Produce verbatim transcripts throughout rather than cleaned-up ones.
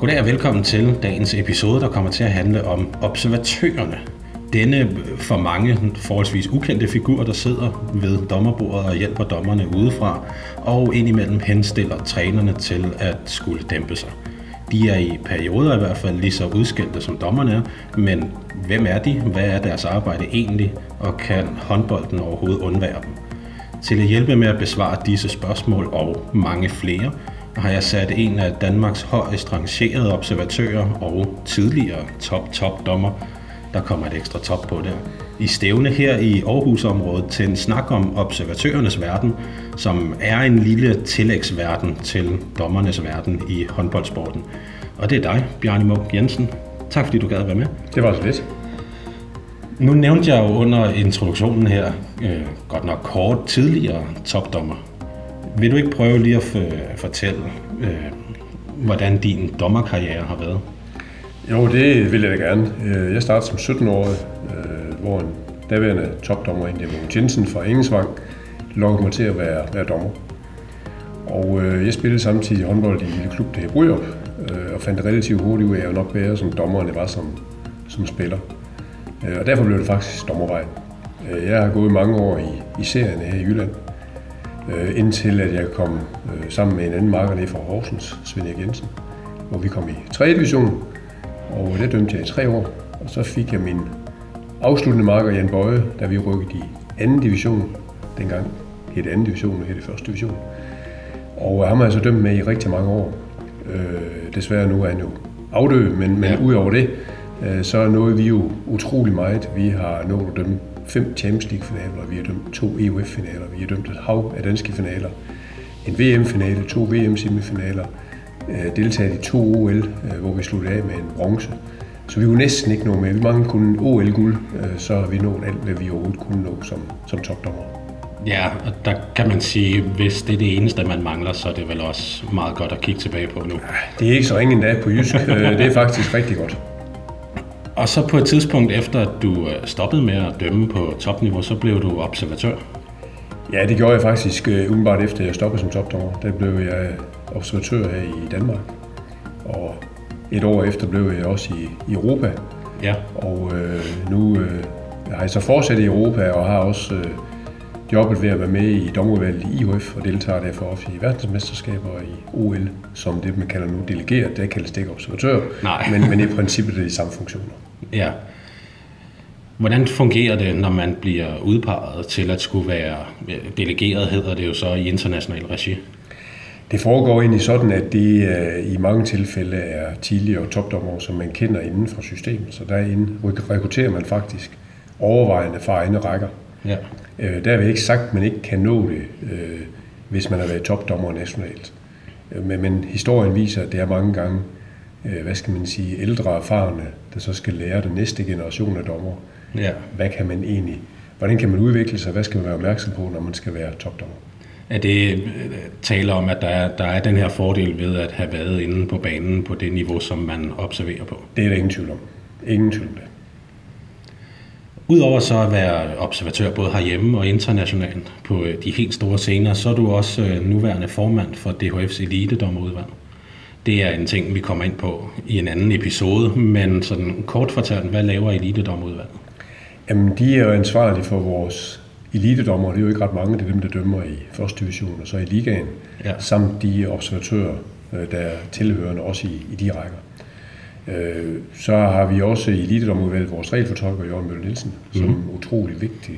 Goddag og velkommen til dagens episode, der kommer til at handle om observatørerne. Denne for mange forholdsvis ukendte figur, der sidder ved dommerbordet og hjælper dommerne udefra, og indimellem henstiller trænerne til at skulle dæmpe sig. De er i perioder i hvert fald lige så udskilte som dommerne er, men hvem er de? Hvad er deres arbejde egentlig? Og kan håndbolden overhovedet undvære dem? Til at hjælpe med at besvare disse spørgsmål og mange flere, har jeg sat en af Danmarks højest rangerede observatører og tidligere top-top-dommer, der kommer et ekstra top på der, i stævne her i Aarhusområdet til en snak om observatørernes verden, som er en lille tillægsverden til dommernes verden i håndboldsporten. Og det er dig, Bjarne Munk Jensen. Tak fordi du gad at være med. Det var så lidt. Nu nævnte jeg jo under introduktionen her, øh, godt nok kort, tidligere topdommer. Vil du ikke prøve lige at f- fortælle, øh, hvordan din dommerkarriere har været? Jo, det vil jeg da gerne. Jeg startede som sytten-årig, hvor en daværende topdommer, Munk Jensen fra Engelsvang, lukkede mig til at være, være dommer. Og jeg spillede samtidig håndbold i en lille klub, der hed Bryrup, og fandt det relativt hurtigt ud af, at jeg nok bedre som dommer, end jeg var som, som spiller. Og derfor blev det faktisk dommervejen. Jeg har gået mange år i, i serierne her i Jylland, indtil at jeg kom sammen med en anden marker nede fra Horsens, Svend Erik Jensen, hvor vi kom i tredje division. Og der dømte jeg i tre år, og så fik jeg min afsluttende marker Jan Bøje, da vi rykkede i anden division. Dengang hed det anden division, og hed det første division. Og ham har jeg så dømt med i rigtig mange år. Øh, desværre nu er han jo afdød, men, men ja. Udover det, øh, så nåede vi jo utrolig meget. Vi har nået at dømme fem Champions League-finaler, vi har dømt to E U F-finaler, vi har dømt et hav af danske finaler, en V M-finale, to V M-semifinaler, deltaget i to O L, hvor vi sluttede af med en bronze. Så vi kunne næsten ikke nå med. Vi manglede kun en O L-guld, så har vi nået alt, hvad vi overhovedet kunne nå som, som topdommer. Ja, og der kan man sige, hvis det er det eneste, man mangler, så er det vel også meget godt at kigge tilbage på nu. Det er ikke så ringe endda på jysk. Det er faktisk rigtig godt. Og så på et tidspunkt efter, at du stoppede med at dømme på topniveau, så blev du observatør. Ja, det gjorde jeg faktisk umiddelbart efter, at jeg stoppede som topdommer. Der blev jeg observatør her i Danmark, og et år efter blev jeg også i, i Europa. Ja. Og øh, nu øh, har jeg så fortsat i Europa, og har også øh, jobbet ved at være med i dommerudvalget i I H F, og deltager derfor også i verdensmesterskaber i O L, som det man kalder nu delegeret. Det kaldes det ikke observatør, men, men i princippet er det de samme funktioner. Ja. Hvordan fungerer det, når man bliver udpeget til at skulle være delegeret, hedder det jo så i international regi? Det foregår egentlig sådan, at det i mange tilfælde er tidligere topdommer, som man kender inden for systemet. Så derinde rekrutterer man faktisk overvejende fra egne rækker. Ja. Der er vi ikke sagt, at man ikke kan nå det, hvis man har været topdommer nationalt. Men, men historien viser, at det er mange gange, hvad skal man sige, ældre erfarne, der så skal lære den næste generation af dommer. Ja. Hvad kan man egentlig, hvordan kan man udvikle sig? Hvad skal man være opmærksom på, når man skal være topdommer? Er det taler om, at der er, der er den her fordel ved at have været inde på banen på det niveau, som man observerer på? Det er der ingen tvivl om. Ingen tvivl om det. Udover så at være observatør både herhjemme og internationalt på de helt store scener, så er du også nuværende formand for D H F's elitedommerudvalg. Det er en ting, vi kommer ind på i en anden episode, men sådan kort fortalt, hvad laver elitedommerudvalget? Jamen, de er jo ansvarlige for vores elitedommer, det er jo ikke ret mange, det er dem, der dømmer i første division og så i ligaen, ja. Samt de observatører, der er tilhørende også i, i de rækker. Så har vi også i elitedommerudvalget vores regelfortolker, Jørgen Møller Nielsen, som mm. en utrolig vigtig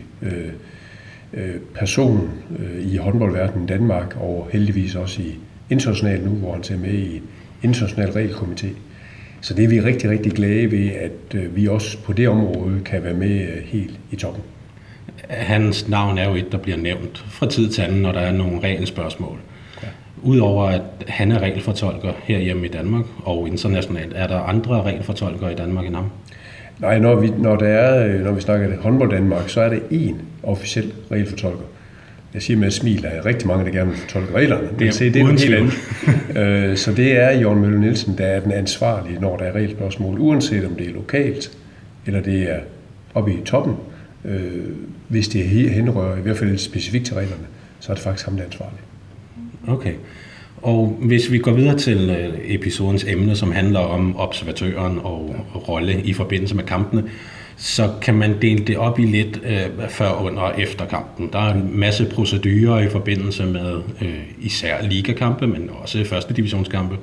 person i håndboldverdenen i Danmark, og heldigvis også i internationalt nu, hvor han ser med i international regelkomité. Så det er vi rigtig, rigtig glade ved, at vi også på det område kan være med helt i toppen. Hans navn er jo et, der bliver nævnt fra tid til anden, når der er nogle regelspørgsmål. Ja. Udover at han er regelfortolker herhjemme i Danmark og internationalt, er der andre regelfortolkere i Danmark end ham? Nej, når vi, når der er, når vi snakker det håndbold Danmark, så er der én officiel regelfortolker. Jeg siger med et smil, der er rigtig mange, der gerne vil fortolke reglerne. Det, det, det er noget helt andet. Så det er Jørgen Møller Nielsen, der er den ansvarlige, når der er regelspørgsmål, uanset om det er lokalt, eller det er oppe i toppen. Hvis det henrører i hvert fald specifikt til reglerne, så er det faktisk ham, der er ansvarlig. Okay. Og hvis vi går videre til episodens emne, som handler om observatøren og rolle i forbindelse med kampene, så kan man dele det op i lidt øh, før, under og efter kampen. Der er en masse procedurer i forbindelse med øh, især ligakampe, men også første divisionskampe.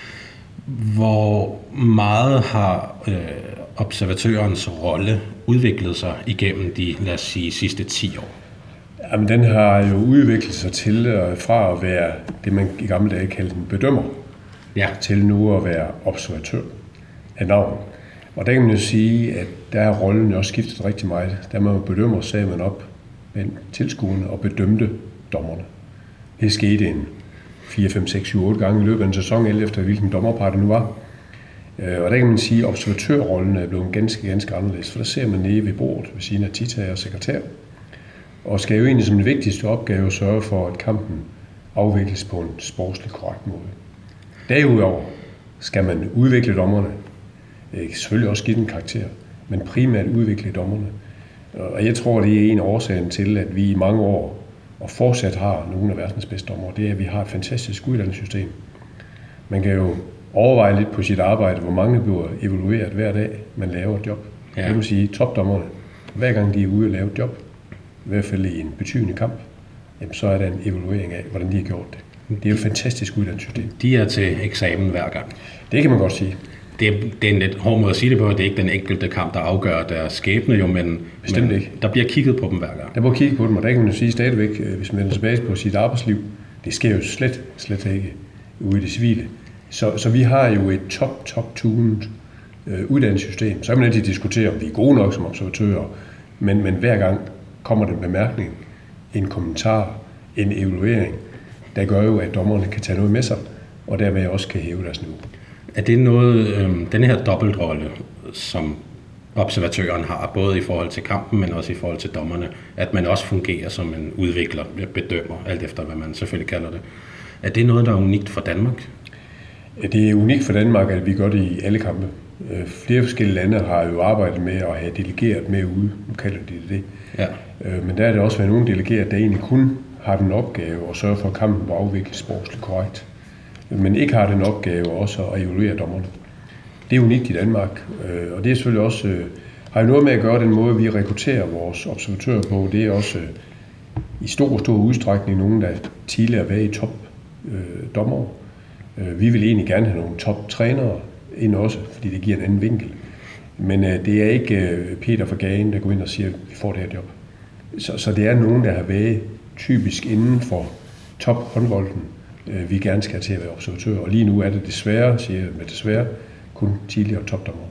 Hvor meget har øh, observatørens rolle udviklet sig igennem de, lad os sige, sidste ti år? Jamen, den har jo udviklet sig til fra at være det, man i gamle dage kaldte en bedømmer, ja, til nu at være observatør af navn. Og der kan man jo sige, at der er rollen også skiftet rigtig meget. Da man bedømmer, sagde man op med tilskuerne og bedømte dommerne. Det skete en fire, fem, seks, syv, otte gange i løbet af en sæson, alt efter hvilken dommerpar det nu var. Og der kan man sige, at observatørrollen er blevet ganske, ganske anderledes, for der ser man nede ved bordet ved siden af titager og sekretær, og skal jo egentlig som den vigtigste opgave sørge for, at kampen afvikles på en sportsligt korrekt måde. Derudover skal man udvikle dommerne, selvfølgelig også give den karakter, men primært udvikle dommerne. Og jeg tror, det er en af årsagen til, at vi i mange år og fortsat har nogle af verdens bedste dommere, det er, at vi har et fantastisk uddannelsessystem. Man kan jo overveje lidt på sit arbejde, hvor mange bliver evalueret hver dag, man laver et job. Ja. Det vil sige, topdommerne, hver gang de er ude og lave et job, i hvert fald i en betydende kamp, jamen, så er der en evaluering af, hvordan de har gjort det. Det er jo et fantastisk uddannelsessystem. De er til eksamen hver gang. Det kan man godt sige. Det er, det er en lidt hård måde at sige det på, det er ikke den enkelte kamp, der afgør deres skæbne, jo, men, Bestemt men ikke. Der bliver kigget på dem hver gang. Der bliver kigget på dem, og der kan man jo sige stadigvæk, hvis man vender tilbage på sit arbejdsliv, det sker jo slet, slet ikke ude i det civile. Så, så vi har jo et top, top tunet øh, uddannelsessystem. Så kan man altid diskutere, om vi er gode nok som observatører, men, men hver gang kommer den bemærkning, en kommentar, en evaluering, der gør jo, at dommerne kan tage noget med sig, og dermed også kan hæve deres niveau. Er det noget, øh, den her dobbeltrolle, som observatøren har, både i forhold til kampen, men også i forhold til dommerne, at man også fungerer som en udvikler, bedømmer, alt efter hvad man selvfølgelig kalder det. Er det noget, der er unikt for Danmark? Det er unikt for Danmark, at vi gør det i alle kampe. Flere forskellige lande har jo arbejdet med at have delegeret med ude, nu kalder de det. Ja. Men der er det også været nogle delegeret, der egentlig kun har den opgave at sørge for, at kampen må afvikles sportsligt korrekt, men ikke har den opgave også at evaluere dommerne. Det er unikt i Danmark, og det er selvfølgelig også, har jo noget med at gøre den måde, vi rekrutterer vores observatører på. Det er også i stor, stor udstrækning nogen, der tidligere har været i top dommer. Vi vil egentlig gerne have nogle top-trænere ind også, fordi det giver en anden vinkel. Men øh, det er ikke øh, Peter fra Gagen, der går ind og siger, at vi får det her job. Så, så det er nogen, der har været typisk inden for top-håndbolden, øh, vi gerne skal have til at være observatører. Og lige nu er det desværre, siger jeg med desværre, kun tidligere topdommer.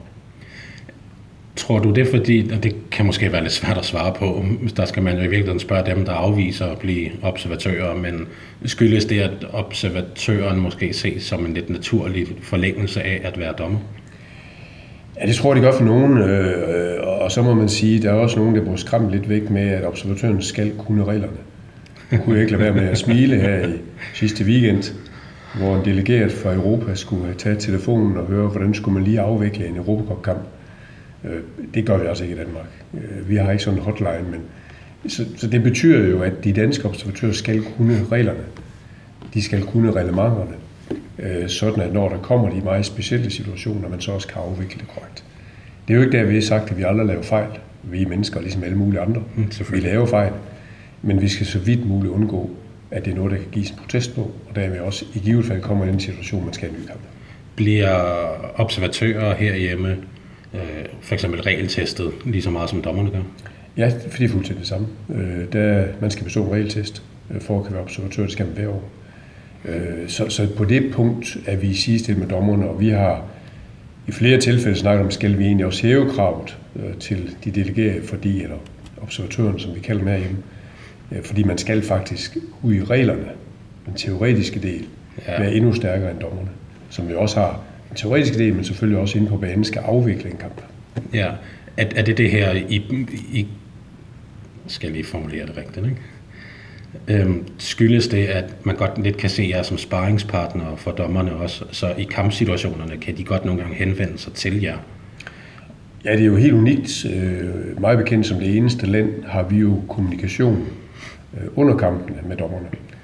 Tror du det, fordi, og det kan måske være lidt svært at svare på, der skal man jo i virkeligheden spørge dem, der afviser at blive observatører, men skyldes det, at observatøren måske ses som en lidt naturlig forlængelse af at være dommer? Ja, det tror jeg, det gør for nogen, øh, og så må man sige, der er også nogen, der bliver skræmt lidt væk med, at observatøren skal kunne reglerne. Jeg kunne ikke lade være med at smile her i sidste weekend, hvor en delegeret fra Europa skulle have taget telefonen og høre, hvordan skulle man lige afvikle en Europacup-kamp. Det gør vi altså ikke i Danmark. Vi har ikke sådan en hotline, men så, så det betyder jo, at de danske observatører skal kunne reglerne. De skal kunne reglementerne, sådan at når der kommer de meget specielle situationer, man så også kan afvikle det korrekt. Det er jo ikke der, vi har sagt, at vi aldrig laver fejl. Vi er mennesker, ligesom alle mulige andre. Mm, vi laver fejl, men vi skal så vidt muligt undgå, at det er noget, der kan gives en protest på, og dermed også i givet fald kommer i den situation, man skal have en ny kamp. Bliver observatører herhjemme for eksempel regeltestet lige så meget som dommerne gør? Ja, for det er fuldstændig det samme. Der, man skal bestå en regeltest for at kunne være observatør, det skal man hver år. Så, så på det punkt er vi sidestillet med dommerne, og vi har i flere tilfælde snakket om, skal vi egentlig også hæve kravet til de delegerede, fordi, eller observatøren, som vi kalder dem herhjemme, fordi man skal faktisk ud i reglerne, den teoretiske del, ja, være endnu stærkere end dommerne, som vi også har en teoretisk del, men selvfølgelig også inde på banen skal afvikle en kamp. Ja, er, er det det her, I, I skal jeg lige formulere det rigtigt, ikke? Øhm, skyldes det, at man godt lidt kan se jer som sparringspartnere for dommerne også, så i kampsituationerne kan de godt nogle gange henvende sig til jer? Ja, det er jo helt unikt. Meget bekendt som det eneste land har vi jo kommunikation under kampene med dommerne.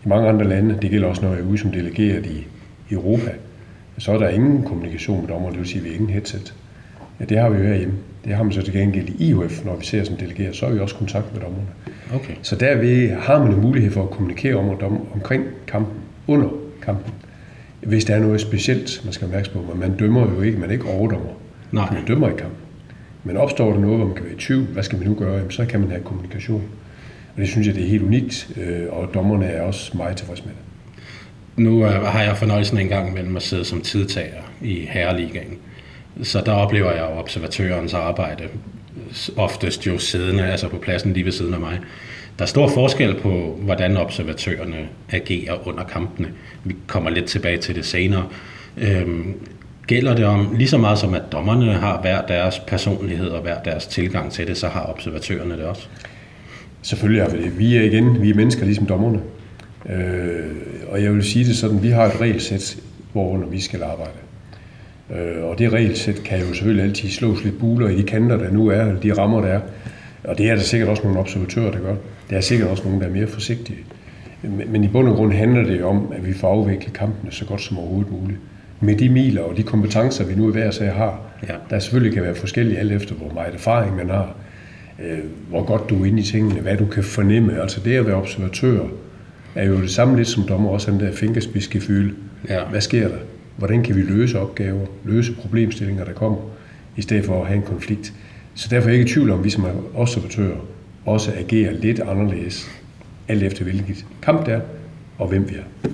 I mange andre lande, det gælder også, når jeg er ude som delegeret i Europa, så er der ingen kommunikation med dommerne, det vil sige, at vi har ingen headset. Ja, det har vi jo herhjemme. Det har man så til gengæld i I O F, når vi ser som delegeret, så er vi også kontakt med dommerne. Okay. Så derved har man en mulighed for at kommunikere om og dom, omkring kampen, under kampen. Hvis der er noget specielt, man skal være opmærksom på, men man dømmer jo ikke, man er ikke overdommer. Nej. Man dømmer i kampen. Men opstår der noget, hvor man kan være i tvivl, hvad skal vi nu gøre, så kan man have kommunikation. Og det synes jeg, det er helt unikt, og dommerne er også meget tilfredse med det. Nu har jeg fornøjelsen en gang imellem at sidde som tidtager i herreligaen. Så der oplever jeg jo observatørens arbejde, oftest jo siddende, altså på pladsen lige ved siden af mig. Der er stor forskel på, hvordan observatørerne agerer under kampene. Vi kommer lidt tilbage til det senere. Øhm, gælder det om, lige så meget som at dommerne har hver deres personlighed og hver deres tilgang til det, så har observatørerne det også? Selvfølgelig har vi det. Vi er igen, vi er mennesker ligesom dommerne. Øh, og jeg vil sige det sådan, vi har et regelsæt, hvorunder vi skal arbejde. Øh, og det regelsæt kan jo selvfølgelig altid slås lidt buler i de kanter, der nu er, eller de rammer, der er. Og det er der sikkert også nogle observatører, der gør. Der er sikkert også nogle, der er mere forsigtige. Men i bund og grund handler det om, at vi får afviklet kampene så godt som overhovedet muligt. Med de miler og de kompetencer, vi nu i hver sag har, ja. Der selvfølgelig kan være forskellige alt efter, hvor meget erfaring man har, øh, hvor godt du er inde i tingene, hvad du kan fornemme. Altså det at være observatør er jo det samme lidt som dommer, også den der fingerspidsgefühl. Ja. Hvad sker der? Hvordan kan vi løse opgaver, løse problemstillinger, der kommer, i stedet for at have en konflikt? Så derfor er jeg ikke i tvivl om, at vi som observatører også agerer lidt anderledes, alt efter hvilket kamp det er, og hvem vi er.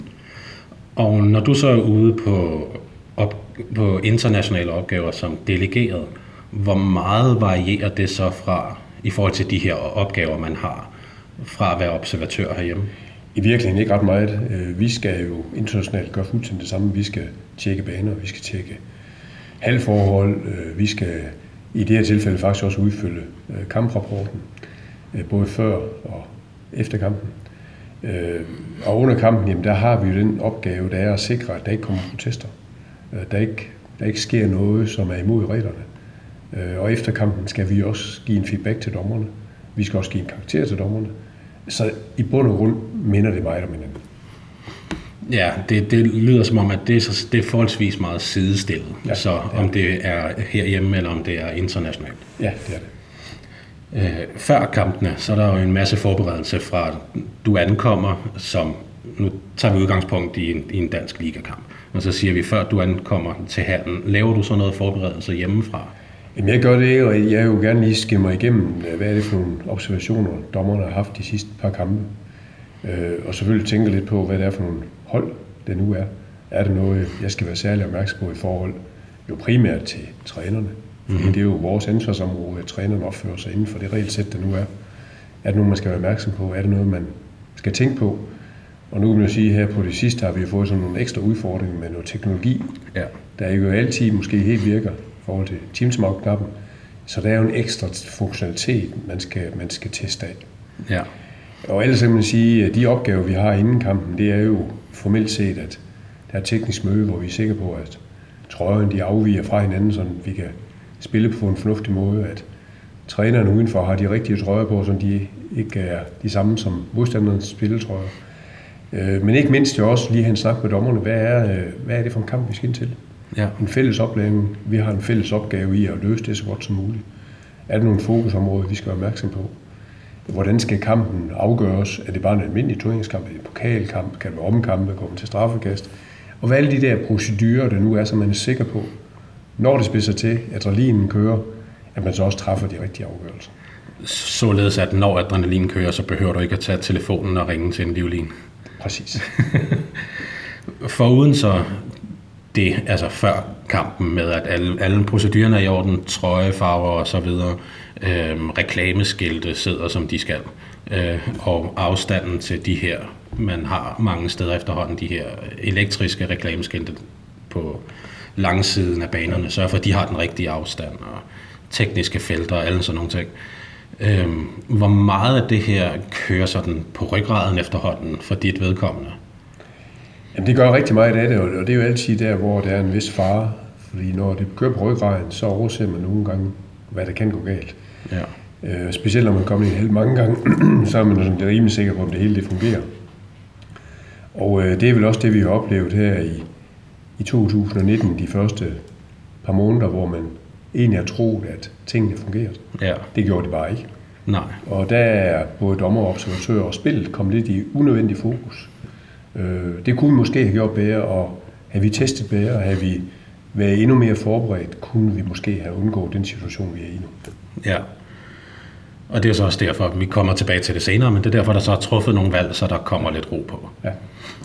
Og når du så er ude på, op, på internationale opgaver som delegeret, hvor meget varierer det så fra, i forhold til de her opgaver, man har, fra at være observatør herhjemme? I virkeligheden ikke ret meget. Vi skal jo internationalt gøre fuldstændig det samme. Vi skal tjekke baner, vi skal tjekke halvforhold, vi skal i det her tilfælde faktisk også udfylde kamprapporten, både før og efter kampen. Og under kampen, jamen, der har vi jo den opgave, der er at sikre, at der ikke kommer protester. Der ikke, der ikke sker noget, som er imod reglerne. Og efter kampen skal vi også give en feedback til dommerne. Vi skal også give en karakter til dommerne. Så i bund og grund minder det meget om hinanden. Ja, det, det lyder som om, at det er, det er forholdsvis meget sidestillet. Ja, så om det er herhjemme, eller om det er internationalt. Ja, det er det. Øh, før kampene, så er der jo en masse forberedelse fra, du ankommer, som, nu tager vi udgangspunkt i en, i en dansk ligakamp, og så siger vi, før du ankommer til hallen, laver du så noget forberedelse hjemmefra? Jamen jeg gør det, og jeg jo gerne lige skimmer igennem, hvad er det for nogle observationer, dommerne har haft de sidste par kampe, øh, og selvfølgelig tænker lidt på, hvad det er for nogle hold, det nu er. Er det noget, jeg skal være særlig opmærksom på i forhold, jo primært til trænerne? Fordi det er jo vores ansvarsområde, at trænerne opfører sig inden for det regelsæt, der nu er. Er det noget, man skal være opmærksom på? Er det noget, man skal tænke på? Og nu kan man jo sige, at her på det sidste har vi fået sådan nogle ekstra udfordringer med noget teknologi, ja. Der jo altid måske helt virker i forhold til Teams-knappen. Så der er jo en ekstra funktionalitet, man skal, man skal teste af. Ja. Og ellers kan man sige, at de opgaver, vi har inden kampen, det er jo formelt set, at der er et teknisk møde, hvor vi er sikre på, at trøjen de afviger fra hinanden, så vi kan spille på en fornuftig måde, at trænerne udenfor har de rigtige trøjer på, så de ikke er de samme som modstanderens spilletrøjer. Men ikke mindst jo også lige have en snak med dommerne, hvad er, hvad er det for en kamp, vi skal ind til? Ja. En fælles oplæring. Vi har en fælles opgave i at løse det så godt som muligt. Er der nogle fokusområder, vi skal være opmærksom på? Hvordan skal kampen afgøres? Er det bare en almindelig turneringskamp? Er det en pokalkamp? Kan det være omkampe? Kommer til straffekast? Og hvad er alle de der procedurer, der nu er, så man er sikker på, når det spidser til, adrenalinen kører, at man så også træffer de rigtige afgørelser. Således at når adrenalinen kører, så behøver du ikke at tage telefonen og ringe til en livlin. Præcis. Foruden så det, altså før kampen med, at alle, alle procedurerne er i orden, trøjefarver og så videre, øh, reklameskilte sidder som de skal, øh, og afstanden til de her, man har mange steder efterhånden, de her elektriske reklameskilte på langsiden af banerne, sørger for, at de har den rigtige afstand, og tekniske felter og alle sådan nogle ting. Øhm, hvor meget af det her kører sådan på ryggraden efterhånden for dit vedkommende? Jamen det gør rigtig meget af det, og det er jo altid der, hvor der er en vis fare, fordi når det kører på ryggraden, så overser man nogle gange, hvad der kan gå galt. Ja. Øh, specielt når man kommer i en held mange gange, så er man sådan rimelig sikker på, om det hele det fungerer. Og øh, det er vel også det, vi har oplevet her i, i to tusind nitten, de første par måneder, hvor man egentlig har troet, at tingene fungerede. Ja. Det gjorde de bare ikke. Nej. Og der er både dommer, observatører og spillet kommet lidt i unødvendig fokus. Øh, det kunne vi måske have gjort bedre, og havde vi testet bedre, havde vi været endnu mere forberedt, kunne vi måske have undgået den situation, vi er i nu. Ja. Og det er så også derfor, at vi kommer tilbage til det senere, men det er derfor, der så er truffet nogle valg, så der kommer lidt ro på. Ja.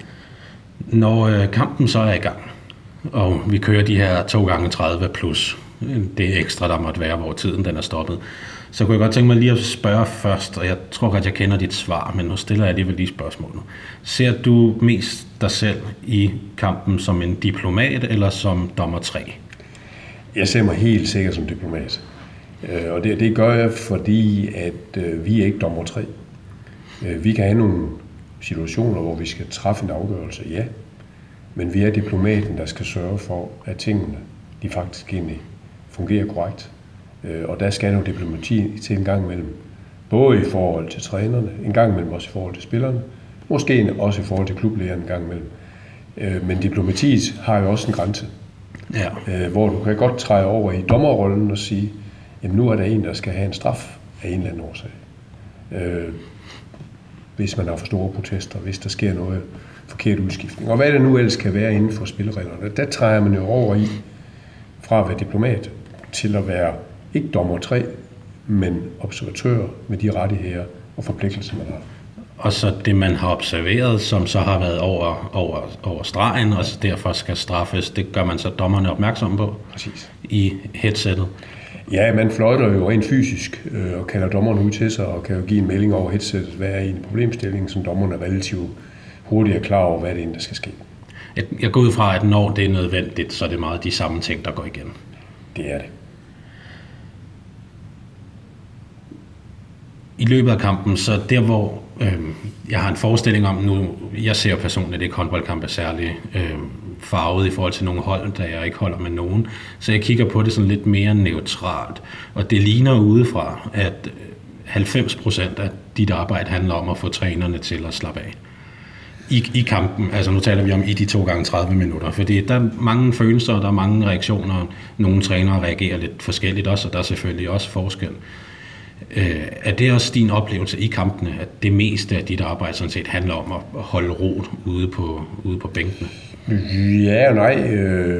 Når øh, kampen så er i gang, og vi kører de her to gange tredive plus det ekstra, der måtte være, hvor tiden den er stoppet, så kunne jeg godt tænke mig lige at spørge først, og jeg tror godt, jeg kender dit svar, men nu stiller jeg alligevel lige spørgsmålet. Ser du mest dig selv i kampen som en diplomat eller som dommer tre? Jeg ser mig helt sikkert som diplomat. Og det, det gør jeg, fordi at øh, vi er ikke dommer tre. Øh, vi kan have nogle situationer, hvor vi skal træffe en afgørelse, ja. Men vi er diplomaten, der skal sørge for, at tingene de faktisk egentlig fungerer korrekt. Øh, og der skal noget diplomati til en gang imellem. Både i forhold til trænerne, en gang imellem også i forhold til spillerne. Måske også i forhold til klublægerne en gang imellem. Øh, men diplomatiet har jo også en grænse. Ja. Øh, hvor du kan godt træde over i dommerrollen og sige, jamen nu er der en, der skal have en straf af en eller anden årsag. Øh, hvis man har for store protester, hvis der sker noget forkert udskiftning. Og hvad det nu ellers kan være inden for spillereglerne. Der træder man jo over i, fra at være diplomat, til at være ikke dommer tre, men observatør med de rettigheder og forpligtelser, man har. Og så det, man har observeret, som så har været over, over, over stregen, og derfor skal straffes, det gør man så dommerne opmærksom på. Præcis. I headsettet. Ja, man fløjter jo rent fysisk øh, og kalder dommerne ud til sig og kan jo give en melding over headsettet, hvad er en problemstilling, som dommerne er relativt hurtigt er klar over, hvad det er, der skal ske. Jeg, jeg går ud fra, at når det er nødvendigt, så er det meget de samme ting, der går igen. Det er det. I løbet af kampen, så der hvor øh, jeg har en forestilling om nu, jeg ser personligt ikke håndboldkamp er særlig øh, farvet i forhold til nogle hold, da jeg ikke holder med nogen, så jeg kigger på det sådan lidt mere neutralt, og det ligner udefra, at halvfems procent af dit arbejde handler om at få trænerne til at slappe af. I, i kampen, altså nu taler vi om i de to gange tredive minutter, fordi der er mange følelser, der er mange reaktioner, nogle trænere reagerer lidt forskelligt også, og der er selvfølgelig også forskel. Øh, er det også din oplevelse i kampene, at det meste af dit arbejde sådan set handler om at holde ro ude på, ude på bænkene? Ja og nej. Øh,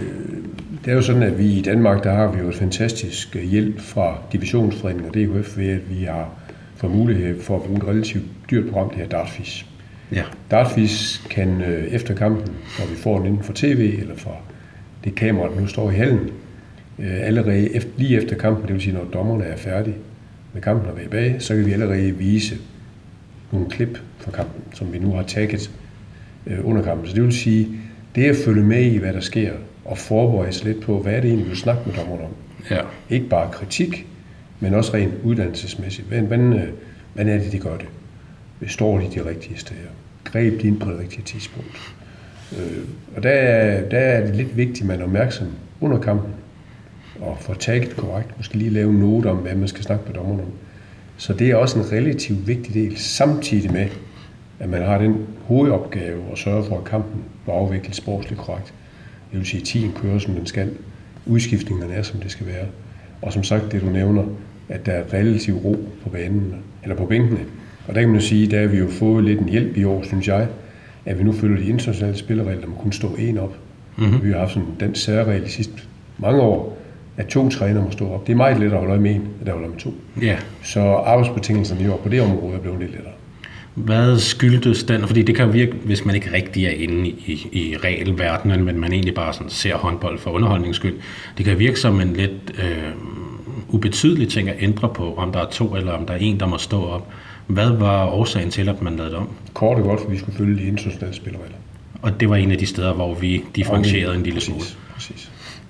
det er jo sådan, at vi i Danmark, der har vi jo et fantastisk hjælp fra divisionsforeningen og D H F ved, at vi har fået mulighed for at bruge et relativt dyrt program, det her Dartfish. Ja. Dartfish kan øh, efter kampen, når vi får den inden for tv eller fra det kamera, der nu står i hallen, øh, allerede efter, lige efter kampen, det vil sige, når dommerne er færdige med kampen og er bag, så kan vi allerede vise nogle klip fra kampen, som vi nu har tagget øh, under kampen. Så det vil sige, det at følge med i, hvad der sker, og forberede sig lidt på, hvad er det egentlig, vi vil snakke med dommerne om. Ja. Ikke bare kritik, men også rent uddannelsesmæssigt. Hvordan, hvordan er det, de gør det? Står de de rigtige steder? Greb de ind på det rigtige tidspunkt? Øh, og der er, der er det lidt vigtigt, at man er opmærksom under kampen, og får tagget korrekt, måske lige lave en note om, hvad man skal snakke med dommerne om. Så det er også en relativt vigtig del, samtidig med, at man har den hovedopgave at sørge for, at kampen var afviklet sportsligt korrekt. Det vil sige, at tiden kører, som den skal. Udskiftningerne er, som det skal være. Og som sagt, det du nævner, at der er relativt ro på banen, eller på bænkene. Og der kan man jo sige, der har vi jo fået lidt en hjælp i år, synes jeg, at vi nu følger de internationale spilleregler, der må kun stå en op. Mm-hmm. Vi har haft sådan den særregel de sidste mange år, at to træner må stå op. Det er meget lettere at holde øje med en, end at holde med to. Yeah. Så arbejdsbetingelserne i år på det område er blevet lidt lettere. Hvad skyldes den? Fordi det kan virke, hvis man ikke rigtig er inde i, i regelverdenen, men man egentlig bare sådan ser håndbold for underholdningens skyld. Det kan virke som en lidt øh, ubetydelig ting at ændre på, om der er to eller om der er en, der må stå op. Hvad var årsagen til, at man lavede det om? Kort og godt, for vi skulle følge de internationale spilleregler. Og det var en af de steder, hvor vi differentierede en lille smule. Præcis, præcis.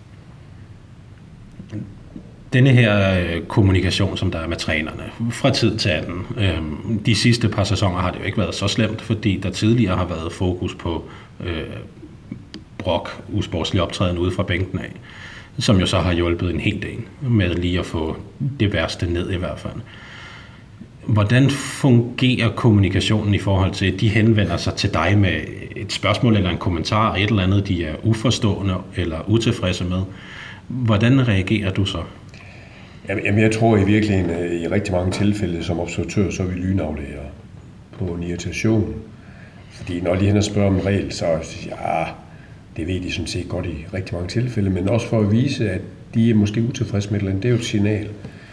Denne her øh, kommunikation, som der er med trænerne, fra tid til anden, øh, de sidste par sæsoner har det jo ikke været så slemt, fordi der tidligere har været fokus på øh, brok, usportslig optræden ude fra bænken af, som jo så har hjulpet en hel del med lige at få det værste ned i hvert fald. Hvordan fungerer kommunikationen i forhold til, at de henvender sig til dig med et spørgsmål eller en kommentar, et eller andet, de er uforstående eller utilfredse med? Hvordan reagerer du så? Jamen, jeg tror i virkeligheden, i rigtig mange tilfælde som observatør, så er vi lynaflægere på en irritation. Fordi når de hen og spørger om en regel, så ja, det ved de sådan set godt i rigtig mange tilfælde, men også for at vise, at de er måske utilfredse med et eller andet, det er jo et signal.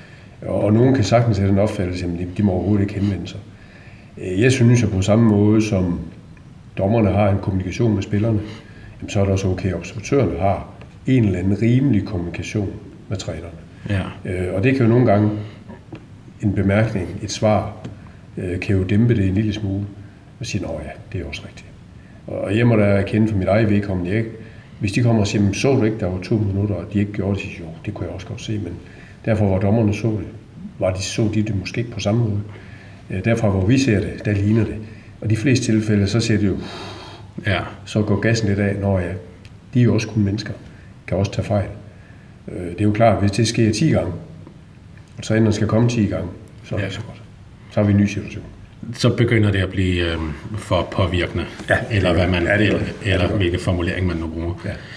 Og nogen kan sagtens have den opfattelse, at de må overhovedet ikke henvende sig. Jeg synes jo på samme måde, som dommerne har en kommunikation med spillerne, så er det også okay, at observatørerne har en eller anden rimelig kommunikation med trænerne. Ja. Og det kan jo nogle gange, en bemærkning, et svar, kan jo dæmpe det en lille smule og sige, nå ja, det er også rigtigt. Og jeg må da erkende for mit eget vedkommende, jeg, hvis de kommer og siger, så du ikke, der var to minutter, og de ikke gjorde det, jo, det kunne jeg også godt se, men derfor hvor dommerne så det, var de, så de det måske ikke på samme måde. Derfra hvor vi ser det, der ligner det. Og de fleste tilfælde, så ser det jo, ja. Så går gassen lidt af, når ja, de er jo også kun mennesker, kan også tage fejl. Det er jo klart, hvis det sker ti gange, og så ender skal komme ti gange, så er det ja. Så godt. Så har vi en ny situation. Så begynder det at blive øh, for påvirkende, ja, eller, hvad man, ja, eller, eller ja, hvilke formulering man nu bruger.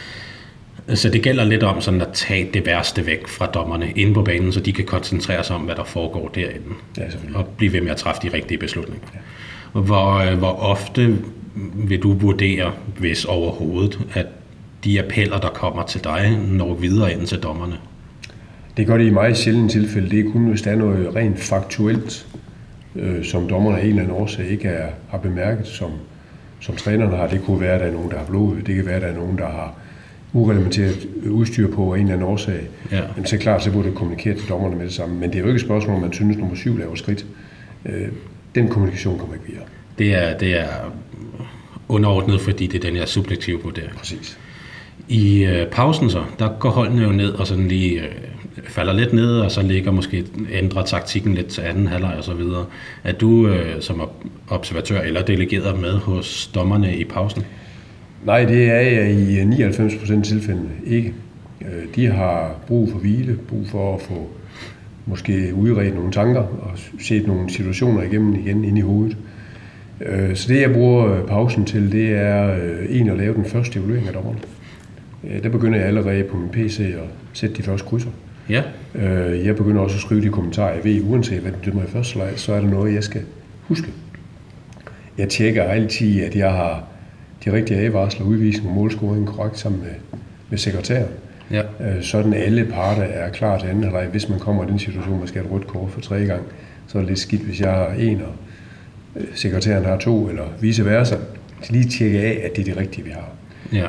Ja. Så det gælder lidt om sådan at tage det værste væk fra dommerne inde på banen, så de kan koncentrere sig om, hvad der foregår derinde, ja, og blive ved med at træffe de rigtige beslutninger. Ja. Hvor, hvor ofte vil du vurdere, hvis overhovedet, at de appeller, der kommer til dig, når videre ind til dommerne? Det gør det i meget sjældent tilfælde. Det er kun, hvis der er noget rent faktuelt, øh, som dommerne af en eller anden årsag ikke er, har bemærket, som, som trænerne har. Det kunne være, at der er nogen, der har blod. Det kan være, at der er nogen, der har ureglementeret udstyr på af en eller anden årsag. Ja. Men så er klart, så burde det kommunikere til dommerne med det samme. Men det er jo ikke et spørgsmål, om man synes, nummer syv laver skridt. Øh, den kommunikation kommer ikke videre. Det er, det er underordnet, fordi det er den her subjektive vurdering. Præcis. I øh, pausen så, der går holdene jo ned og sådan lige øh, falder lidt ned, og så ligger måske ændrer taktikken lidt til anden halvleg og så videre. Er du øh, som observatør eller delegeret med hos dommerne i pausen? Nej, det er jeg i nioghalvfems procent af tilfældene ikke. De har brug for hvile, brug for at få måske udredt nogle tanker og set nogle situationer igennem igen ind i hovedet. Så det jeg bruger pausen til, det er en at lave den første evaluering af dommerne. Der begynder jeg allerede på min P C at sætte de første krydser. Ja. Jeg begynder også at skrive de kommentarer, jeg ved, uanset hvad den dømmer i første leg, så er der noget, jeg skal huske. Jeg tjekker altid, at jeg har de rigtige advarsler, udvisning og målscoring korrekt sammen med, med sekretæren. Ja. Sådan alle parter er klar til anden halvleg. Hvis man kommer i den situation, man skal have et rødt kort for tredje gang, så er det lidt skidt, hvis jeg har en, og sekretæren har to, eller vice versa. Så lige tjekke af, at det er det rigtige, vi har. Ja.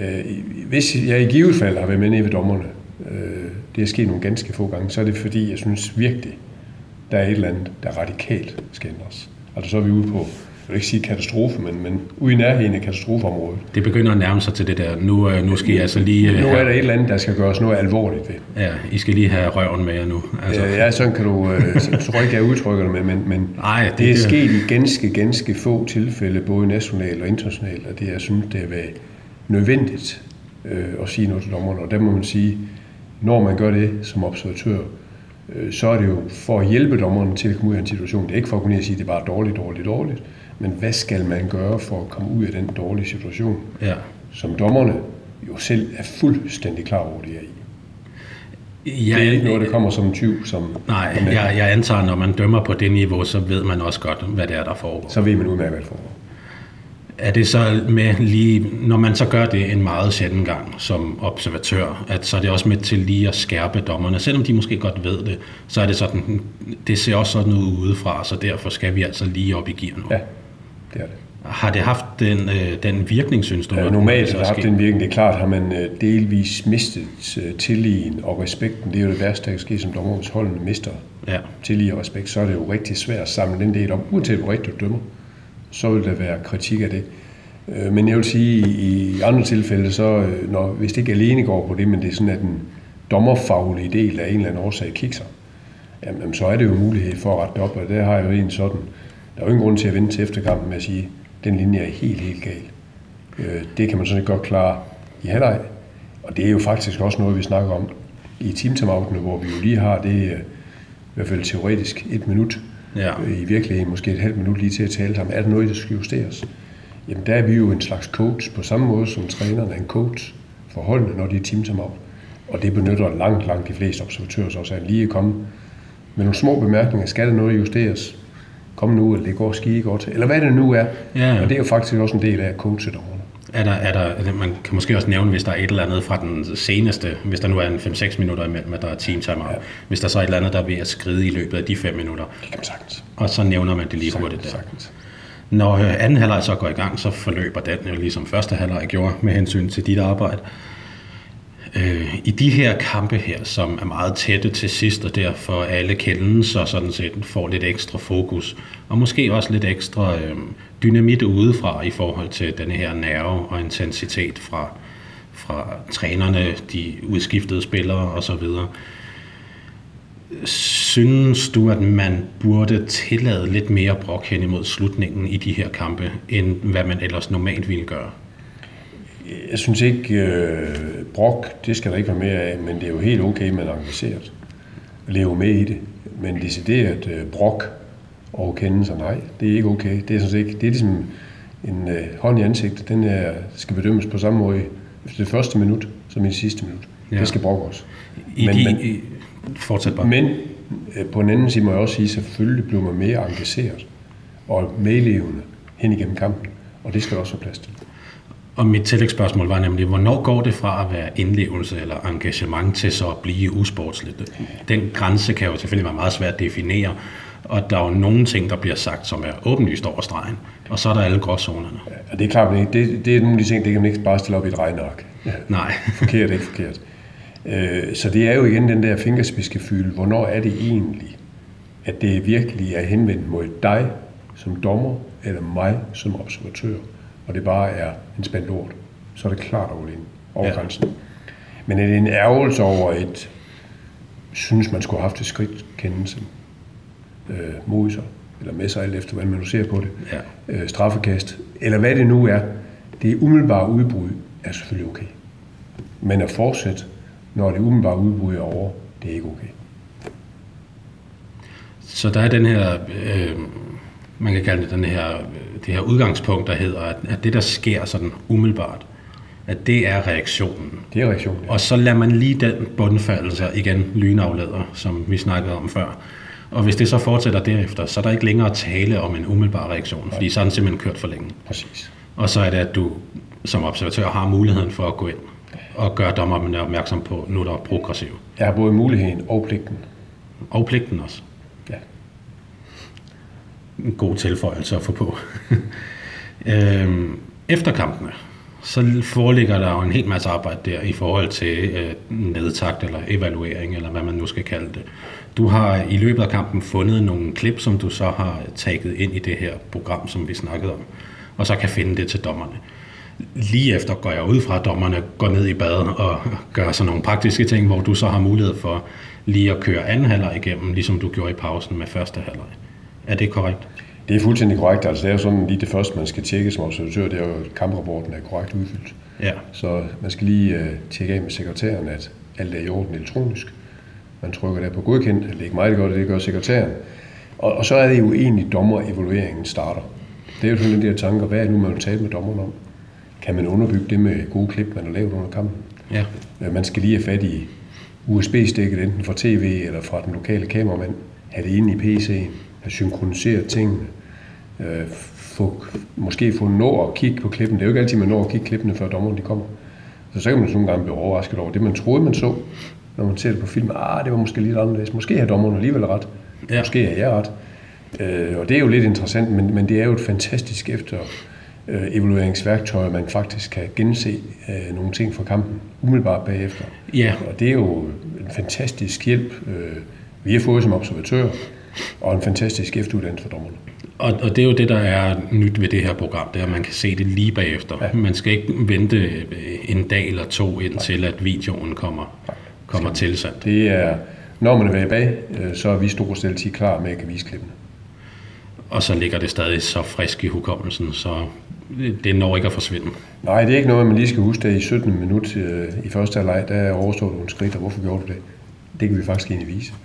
Hvis jeg i givet fald har været med nede ved dommerne, det er sket nogle ganske få gange, så er det fordi, jeg synes virkelig, der er et eller andet, der radikalt skal ændres. Altså så er vi ude på, jeg vil ikke sige katastrofe, men, men ude i nærheden af katastrofeområdet. Det begynder at nærme sig til det der. Nu, nu skal I altså lige... Nu er der et eller andet, der skal gøres noget alvorligt ved. Ja, I skal lige have røven med jer nu. Altså. Ja, sådan kan du... Så tror jeg ikke, jeg udtrykker det, men, men Ej, det, det er sket i ganske, ganske få tilfælde, både nationalt og internationalt, og det jeg synes, det er nødvendigt øh, at sige noget til dommerne. Og der må man sige, når man gør det som observatør, øh, så er det jo for at hjælpe dommerne til at komme ud af en situation. Det er ikke for at kunne sige, at det er bare dårligt, dårligt, dårligt. Men hvad skal man gøre for at komme ud af den dårlige situation, ja. Som dommerne jo selv er fuldstændig klar over, det er i. Jeg, det er ikke noget, der kommer som en tyv. Som nej, jeg, jeg antager, når man dømmer på det niveau, så ved man også godt, hvad det er, der foregår. Så ved man udmærket, hvad der foregår. Er det så med lige, når man så gør det en meget sjælden gang som observatør, at så er det også med til lige at skærpe dommerne, selvom de måske godt ved det, så er det sådan, det ser også sådan ud udefra, så derfor skal vi altså lige op i gear nu. Ja, det er det. Har det haft den, øh, den virkning, synes du? Ja, normalt har det haft den virkning. Det er klart, har man øh, delvis mistet øh, tilliden og respekten. Det er jo det værste, der kan ske, som dommer, hvis holdene mister ja. Tillid og respekt, så er det jo rigtig svært at samle den del op, uanset hvor rigtigt du dømmer. Så vil der være kritik af det. Men jeg vil sige, i andre tilfælde, så når, hvis det ikke alene går på det, men det er sådan, at den dommerfaglige del af en eller anden årsag kikser, jamen, så er det jo mulighed for at rette op, og der har jeg jo en sådan, der er jo ingen grund til at vente til efterkampen med at sige, den linje er helt, helt gal. Det kan man sådan godt klare i halvleg, og det er jo faktisk også noget, vi snakker om i teamtimeoutene, hvor vi jo lige har det, i hvert fald teoretisk, et minut, ja. i virkeligheden måske et halvt minut lige til at tale sammen. Er der noget, der skal justeres? Jamen der er vi jo en slags coach, på samme måde som træneren er en coach for holdene, når de er team-time-out. Og det benytter langt, langt de fleste observatører så også at lige komme med nogle små bemærkninger. Skal der noget justeres? Kom nu, eller det går skide godt. Eller hvad det nu er. Ja. Og det er jo faktisk også en del af at coache dommerne. Er der, er der, man kan måske også nævne, hvis der er et eller andet fra den seneste, hvis der nu er en fem seks minutter imellem, at der er team timeout. Ja. Hvis der så er et eller andet, der er ved at skride i løbet af de fem minutter. Det kan man sagtens. Og så nævner man det lige sagtens, hurtigt der. Sagtens. Når anden halvleg så går i gang, så forløber den jo ligesom første halvleg gjorde med hensyn til dit arbejde. Øh, I de her kampe her, som er meget tætte til sidst, og derfor alle kendes og sådan set får lidt ekstra fokus, og måske også lidt ekstra øh, dynamit udefra i forhold til denne her nerve og intensitet fra, fra trænerne, de udskiftede spillere osv. Synes du, at man burde tillade lidt mere brok hen imod slutningen i de her kampe, end hvad man ellers normalt ville gøre? Jeg synes ikke, øh, brok, det skal der ikke være mere af, men det er jo helt okay, man er engageret og lever med i det. Men decideret øh, brok og kende sig, nej, det er ikke okay. Det er, sådan ikke, det er ligesom en øh, hånd i ansigtet, den er, skal bedømmes på samme måde efter det første minut som i det sidste minut. Ja. Det skal brok også. I men, de, men, i, fortsæt bare. Men øh, på en anden side må jeg også sige, selvfølgelig bliver man mere engageret og medlevende hen igennem kampen, og det skal der også være plads til. Og mit tillægsspørgsmål var nemlig, hvornår går det fra at være indlevelse eller engagement til så at blive usportsligt? Den grænse kan jo selvfølgelig være meget svært at definere, og der er jo nogle ting, der bliver sagt, som er åbenlyst over stregen, og så er der alle gråzonerne. Ja, det er klart, det, det er nogle af de ting, det kan man ikke bare stille op i et regneark. Ja. Nej. Forkert, ikke forkert. Så det er jo igen den der fingerspidsgefühl, hvornår er det egentlig, at det virkelig er henvendt mod dig som dommer, eller mig som observatør, og det bare er en spændt lort, så er det klart over linjen, over ja. grænsen. Men er det en ærgelse over et, synes man skulle have haft et skridt kendelse øh, mod sig, eller med sig alt efter, hvordan man nu ser på det, ja. øh, straffekast, eller hvad det nu er, det umiddelbare udbrud er selvfølgelig okay. Men at fortsætte, når det umiddelbare udbrud er over, det er ikke okay. Så der er den her, øh, man kan kalde det den her, det her udgangspunkt, der hedder, at, at det, der sker sådan umiddelbart, at det er reaktionen. Det er reaktionen, ja. Og så lader man lige den bundfaldelse igen lynafleder, som vi snakkede om før. Og hvis det så fortsætter derefter, så er der ikke længere tale om en umiddelbar reaktion, fordi så er den simpelthen kørt for længe. Præcis. Og så er det, at du som observatør har muligheden for at gå ind og gøre dommerne opmærksom på, nu der er progressiv. Jeg har både muligheden og pligten. Og pligten også. Ja. En god tilføjelse at få på. øhm, efter kampene, så foreligger der jo en hel masse arbejde der i forhold til øh, nedtakt eller evaluering, eller hvad man nu skal kalde det. Du har i løbet af kampen fundet nogle klip, som du så har taget ind i det her program, som vi snakkede om, og så kan finde det til dommerne. Lige efter går jeg ud fra, at dommerne går ned i badet og gør sådan nogle praktiske ting, hvor du så har mulighed for lige at køre anden halvleg igennem, ligesom du gjorde i pausen med første halvleg. Er det korrekt? Det er fuldstændig korrekt. Altså, det er jo sådan lige det første, man skal tjekke som observatør, det er jo, at kamprapporten er korrekt udfyldt. Ja. Så man skal lige uh, tjekke af med sekretæren, at alt er i orden elektronisk. Man trykker der på godkendt, det er ikke meget godt, det gør sekretæren. Og, og så er det jo egentlig dommer-evalueringen starter. Det er jo sådan de her tanker, hvad er nu, man vil tale med dommeren om? Kan man underbygge det med gode klip, man har lavet under kampen? Ja. Man skal lige have fat i U S B-stikket, enten fra tv eller fra den lokale kameramand. Have det inde i P C'en, have synkroniseret tingene. Øh, få, måske få nå at kigge på klippen. Det er jo ikke altid, man når at kigge klippene, før dommeren de kommer. Så så kan man nogle gange blive overrasket over det, man troede, man så, når man ser det på film. Ah, det var måske lidt anderledes. Måske har dommeren alligevel ret. Ja. Måske er jeg ret. Øh, og det er jo lidt interessant, men, men det er jo et fantastisk efter øh, evalueringsværktøj, man faktisk kan gense øh, nogle ting fra kampen umiddelbart bagefter. Ja. Og det er jo en fantastisk hjælp, øh, vi har fået som observatører, og en fantastisk efteruddannelse for dommerne. Og, og det er jo det, der er nyt ved det her program, det er, at man kan se det lige bagefter. Ja. Man skal ikke vente en dag eller to, indtil at videoen kommer, kommer tilsendt. Det er, når man er ved bag, så er vi stort set klar med at kan vise klippene. Og så ligger det stadig så frisk i hukommelsen, så det når ikke at forsvinde. Nej, det er ikke noget, man lige skal huske, at i syttende minut i første halvleg, der overstod du en skridt, og hvorfor gjorde du det? Det kan vi faktisk egentlig vise.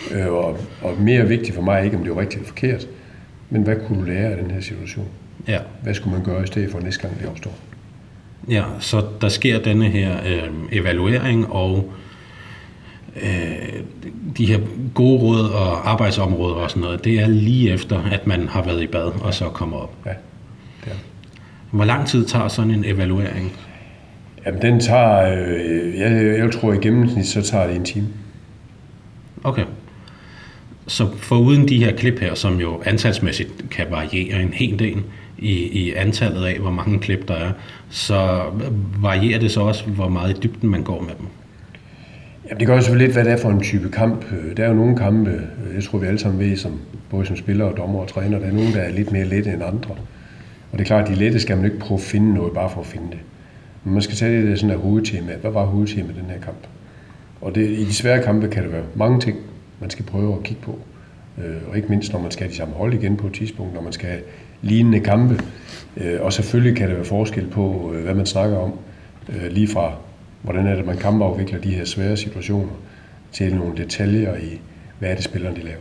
Øh, og, og mere vigtigt for mig ikke, om det var rigtigt eller forkert, men hvad kunne du lære af den her situation? Ja. Hvad skulle man gøre i stedet for næste gang, det opstår? Ja, så der sker denne her øh, evaluering, og øh, de her gode råd og arbejdsområder og sådan noget, det er lige efter, at man har været i bad og så kommer op. Ja, det er. Hvor lang tid tager sådan en evaluering? Jamen, den tager, øh, jeg, jeg tror i gennemsnit, så tager det en time. Okay. Så foruden de her klip her, som jo antalsmæssigt kan variere en hel del i, i antallet af, hvor mange klip der er, så varierer det så også, hvor meget i dybden man går med dem? Jamen, det gør jo selvfølgelig lidt, hvad det er for en type kamp. Der er jo nogle kampe, jeg tror vi alle sammen ved, som, både som spillere og dommer og træner, der er nogle, der er lidt mere lette end andre. Og det er klart, at de lette skal man ikke prøve at finde noget, bare for at finde det. Men man skal tage det sådan her hovedtema. Hvad var hovedtemaet i den her kamp? Og det, i de svære kampe kan der være mange ting, man skal prøve at kigge på. Og ikke mindst, når man skal have de samme hold igen på et tidspunkt, når man skal have lignende kampe. Og selvfølgelig kan der være forskel på, hvad man snakker om. Lige fra, hvordan er det, man kampafvikler de her svære situationer, til nogle detaljer i, hvad er det, spillerne de laver.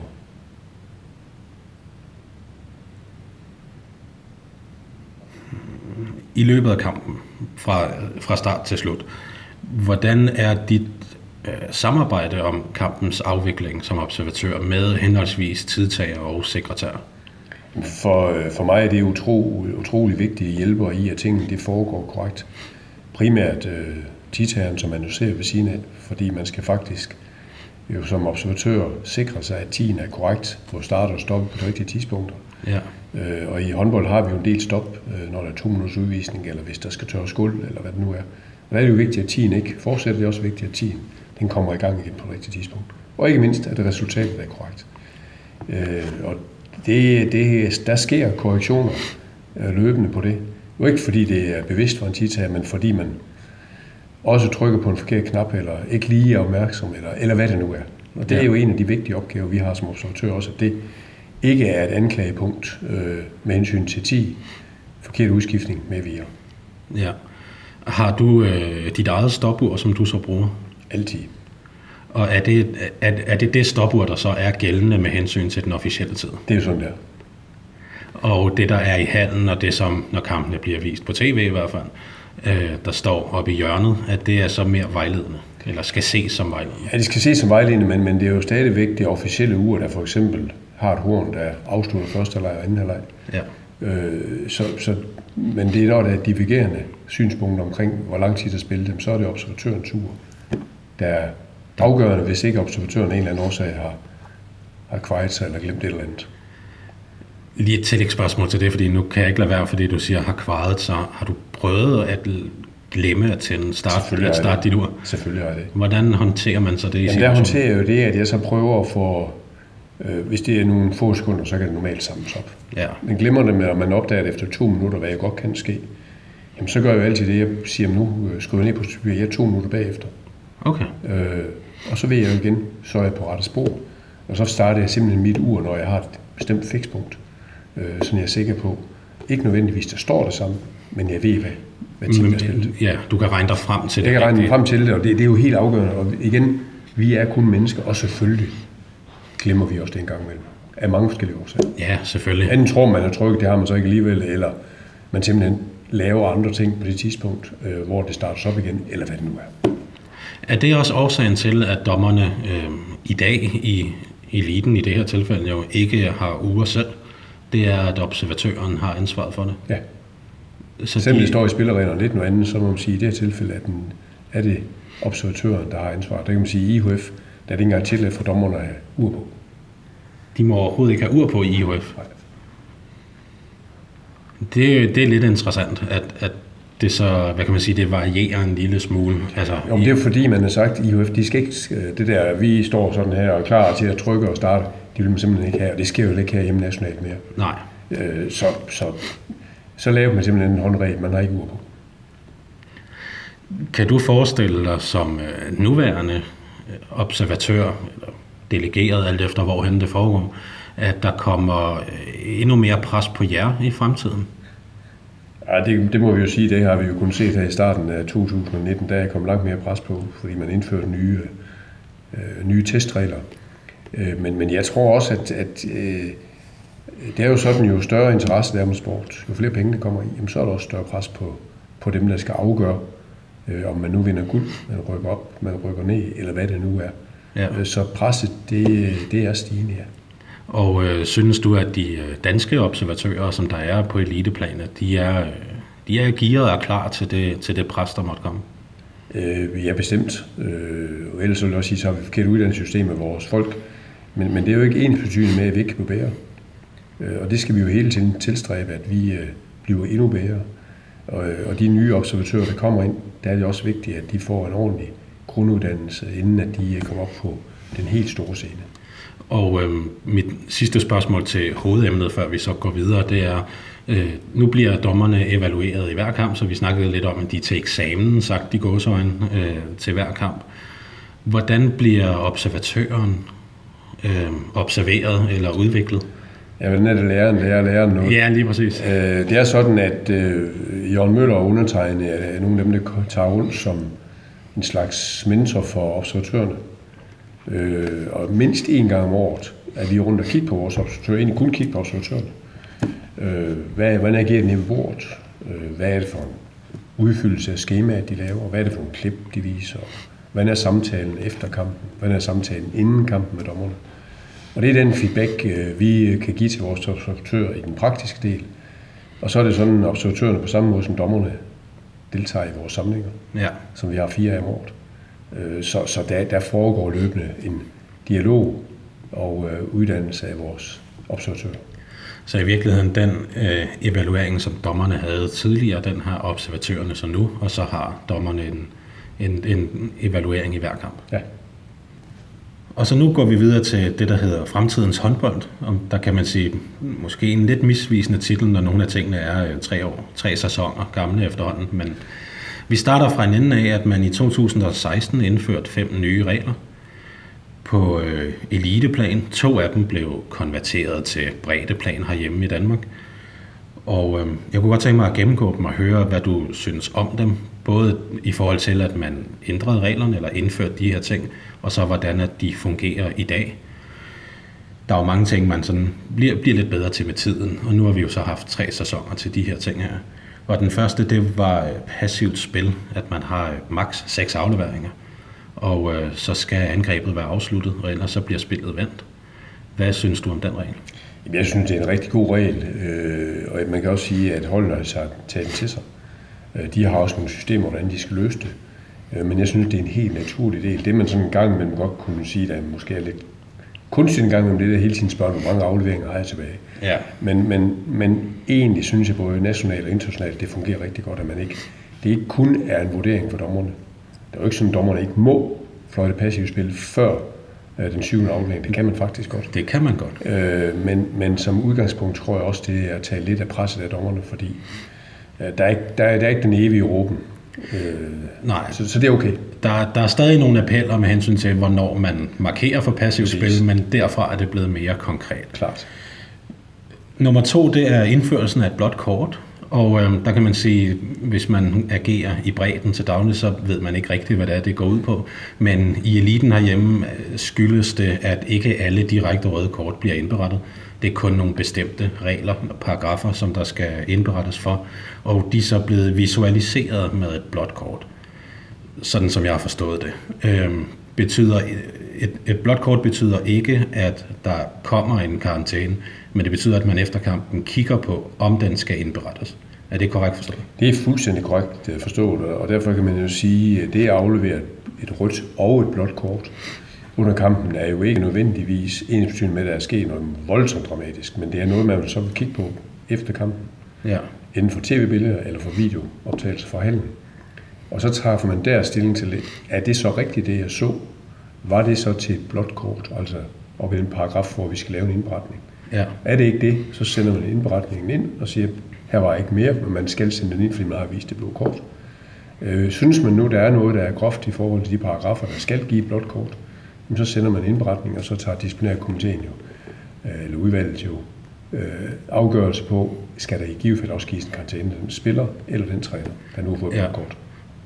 I løbet af kampen, fra, fra start til slut, hvordan er dit øh, samarbejde om kampens afvikling som observatør med henholdsvis tidtager og sekretær? For, for mig er det utro, utrolig vigtigt at hjælpe i, at tingene det foregår korrekt. Primært øh, tidtageren, som man jo ser ved siden af, fordi man skal faktisk jo som observatør sikre sig, at tiden er korrekt på start og stop på de rigtige tidspunkter. Ja. Øh, og i håndbold har vi jo en del stop, øh, når der er to minutters udvisning, eller hvis der skal tørres gulv, eller hvad det nu er. Og der er det jo vigtigt, at tiden ikke fortsætter. Det er også vigtigt, at tiden den kommer i gang igen på det rigtige tidspunkt. Og ikke mindst, at resultatet er korrekt. Øh, og det, det, der sker korrektioner øh, løbende på det. Jo ikke fordi det er bevidst for en tidtager, men fordi man også trykker på en forkert knap, eller ikke lige er opmærksom, eller, eller hvad det nu er. Og det er jo en af de vigtige opgaver, vi har som observatør også, at det ikke er et anklagepunkt øh, med hensyn til ti forkert udskiftning med videre. Ja. Har du øh, dit eget stopur, som du så bruger? Altid. Og er det, er, er det det stopur, der så er gældende med hensyn til den officielle tid? Det er jo sådan, der. Og det, der er i hallen, og det som, når kampene bliver vist på tv i hvert fald, øh, der står oppe i hjørnet, at det er så mere vejledende, eller skal ses som vejledende? Ja, det skal ses som vejledende, men, men det er jo stadigvæk det officielle ur, der for eksempel har et horn, der afslutter første halvleg og anden halvleg. Ja. Øh, så, så, men det er når der er divergerende synspunkter omkring, hvor lang tid der spiller dem, så er det observatørens ur, der er afgørende, hvis ikke observatøren af en eller anden årsag har, har kvejet sig eller glemt et eller andet. Lige et tillægsspørgsmål til det, fordi nu kan jeg ikke lade være, fordi du siger, har kvejet, så har du prøvet at glemme at tænde start, at starte dit ur? Selvfølgelig har det. Hvordan hånterer man så det i Jamen, der håndterer jeg jo det, at jeg så prøver at få, øh, hvis det er nogle få sekunder, så kan det normalt samles op. Ja. Men glemmer det med, at man opdager det efter to minutter, hvad jeg godt kan ske, jamen så gør jeg jo altid det, jeg siger, nu skriver jeg ned på papir, jeg er to minutter bagefter. Okay. Øh, og så ved jeg jo igen, så er jeg på rette spor. Og så starter jeg simpelthen mit ur, når jeg har et bestemt fikspunkt. Øh, sådan jeg er sikker på, ikke nødvendigvis der står det samme, men jeg ved, hvad, hvad tiden er spillet. Ja, du kan regne dig frem til det. Jeg kan regne dig frem til det, og det, det er jo helt afgørende. Og igen, vi er kun mennesker, og selvfølgelig glemmer vi også det en gang imellem. Af mange forskellige årsager. Ja, selvfølgelig. Enten tror man er tryg, det har man så ikke alligevel, eller man simpelthen laver andre ting på det tidspunkt, øh, hvor det starter op igen, eller hvad det nu er. Er det også årsagen til, at dommerne øh, i dag i eliten i det her tilfælde jo ikke har uger selv? Det er, at observatøren har ansvaret for det? Ja. Så Selvom de... det står i spillereglerne lidt noget andet, så må man sige, at i det her tilfælde at den, er det observatøren, der har ansvaret. Der kan man sige, at i I H F, der er det ikke engang tilladt for dommerne at have ur på. De må overhovedet ikke have ur på i I H F? Nej. Det, det er lidt interessant, at, at det så, hvad kan man sige, det varierer en lille smule. Altså, jo, men det er jo fordi, man har sagt, at I H F, de skal ikke, det der, vi står sådan her og er klar til at trykke og starte, det vil man simpelthen ikke have, og det sker jo ikke her hjemme nationalt mere. Nej. Øh, så, så, så laver man simpelthen en håndregel, man har ikke ur på. Kan du forestille dig som øh, nuværende observatør, eller delegeret alt efter hvorhen det foregår, at der kommer øh, endnu mere pres på jer i fremtiden? Ja, det, det må vi jo sige, det har vi jo kun set her i starten af to tusind nitten, der er kommet langt mere pres på, fordi man indførte nye, øh, nye testregler. Men, men jeg tror også, at, at det er jo sådan, jo større interesse der er med sport, jo flere penge der kommer i, jamen, så er der også større pres på, på dem, der skal afgøre, øh, om man nu vinder guld, man rykker op, man rykker ned, eller hvad det nu er. Ja. Så presset, det, det er stigende, ja. Og øh, synes du, at de danske observatører, som der er på eliteplanet, de er, de er gearet og klar til det, til det pres, der måtte komme? Øh, ja, bestemt. Øh, og ellers vil jeg også sige, så har vi forkert uddannelsessystem med vores folk. Men, men det er jo ikke ensbetydende med, at vi ikke kan blive bedre. Og det skal vi jo hele tiden tilstræbe, at vi bliver endnu bedre. Og de nye observatører, der kommer ind, der er det også vigtigt, at de får en ordentlig grunduddannelse, inden at de kommer op på den helt store scene. Og øh, mit sidste spørgsmål til hovedemnet, før vi så går videre, det er, øh, nu bliver dommerne evalueret i hver kamp, så vi snakkede lidt om, at de er til eksamen, sagt de gåseøjne, øh, til hver kamp. Hvordan bliver observatøren øh, observeret eller udviklet? Ja, hvordan er det læreren, lærer læreren noget? Ja, lige præcis. Øh, det er sådan, at øh, Jørgen Møller og undertegnede er nogle af dem, der tager rundt som en slags mentor for observatørerne. Øh, og mindst en gang om året er vi rundt og kigge på vores observatører, egentlig kun kigge på observatørerne. Øh, hvad, hvordan agerer de på bordet? Øh, hvad er det for en udfyldelse af skemaet, de laver? Hvad er det for en klip, de viser? Hvordan er samtalen efter kampen? Hvordan er samtalen inden kampen med dommerne? Og det er den feedback, vi kan give til vores observatører i den praktiske del. Og så er det sådan, at observatørerne på samme måde som dommerne deltager i vores samlinger, ja. Som vi har fire af om året. Så, så der, der foregår løbende en dialog og øh, uddannelse af vores observatører. Så i virkeligheden den øh, evaluering, som dommerne havde tidligere, den har observatørerne så nu, og så har dommerne en, en, en evaluering i hver kamp. Ja. Og så nu går vi videre til det, der hedder Fremtidens håndbold. Og der kan man sige, måske en lidt misvisende titel, når nogle af tingene er tre år, tre sæsoner gamle efterhånden. Men vi starter fra en ende af, at man i to tusind og seksten indførte fem nye regler på øh, eliteplan. To af dem blev konverteret til breddeplan herhjemme i Danmark. Og øh, jeg kunne godt tænke mig at gennemgå dem og høre, hvad du synes om dem. Både i forhold til, at man ændrede reglerne eller indførte de her ting, og så hvordan at de fungerer i dag. Der er jo mange ting, man sådan bliver, bliver lidt bedre til med tiden, og nu har vi jo så haft tre sæsoner til de her ting her. Og den første, det var passivt spil, at man har maks seks afleveringer, og øh, så skal angrebet være afsluttet, og ellers så bliver spillet vendt. Hvad synes du om den regel? Jeg synes, det er en rigtig god regel, øh, og man kan også sige, at holdene har taget den til sig. De har også nogle systemer, hvordan de skal løse det. Men jeg synes, det er en helt naturlig del. Det man sådan en gang imellem godt kunne sige, der måske er lidt kunstigt en gang imellem det der hele tiden spørger, hvor mange afleveringer har jeg tilbage. Ja. Men, men, men egentlig synes jeg både nationalt og internationalt, det fungerer rigtig godt, at man ikke, det ikke kun er en vurdering for dommerne. Det er jo ikke sådan, at dommerne ikke må fløjte passivt spil før den syvende aflevering. Det kan man faktisk godt. Det kan man godt. Øh, men, men som udgangspunkt tror jeg også, det er at tage lidt af presset af dommerne, fordi Der er, ikke, der, er, der er ikke den evige råben. Øh, Nej. Så, så det er okay. Der, der er stadig nogle appeller med hensyn til, hvornår man markerer for passivt spil, men derfra er det blevet mere konkret. Klart. Nummer to, det er indførelsen af et blåt kort. Og øh, der kan man sige, hvis man agerer i bredden til daglig, så ved man ikke rigtigt, hvad det er, det går ud på. Men i eliten herhjemme skyldes det, at ikke alle direkte røde kort bliver indberettet. Det er kun nogle bestemte regler og paragrafer, som der skal indberettes for, og de er så blevet visualiseret med et blåt kort, sådan som jeg har forstået det. Øhm, betyder, et, et blåt kort betyder ikke, at der kommer en karantæne, men det betyder, at man efter kampen kigger på, om den skal indberettes. Er det korrekt forstået? Det er fuldstændig korrekt forstået, og derfor kan man jo sige, at det at aflevere et rødt og et blåt kort under kampen er jo ikke nødvendigvis ensbetydende med, at der er sket noget voldsomt dramatisk, men det er noget, man så vil kigge på efter kampen. Ja. Inden for tv-billeder eller for videooptagelser fra hallen. Og så træffer man der stilling til, er det så rigtigt, det jeg så? Var det så til et blåt kort, altså op i den paragraf, hvor vi skal lave en indberetning? Ja. Er det ikke det, så sender man indberetningen ind og siger, her var ikke mere, men man skal sende den ind, fordi man har vist det blå kort. Øh, synes man nu, der er noget, der er groft i forhold til de paragrafer, der skal give et blåt kort, så sender man indberetning, og så tager disciplinærkomiteen jo, eller udvalget jo, øh, afgørelse på, skal der i givet fald også gives en karantæne den spiller eller den træner, der nu har fået et ja. kort.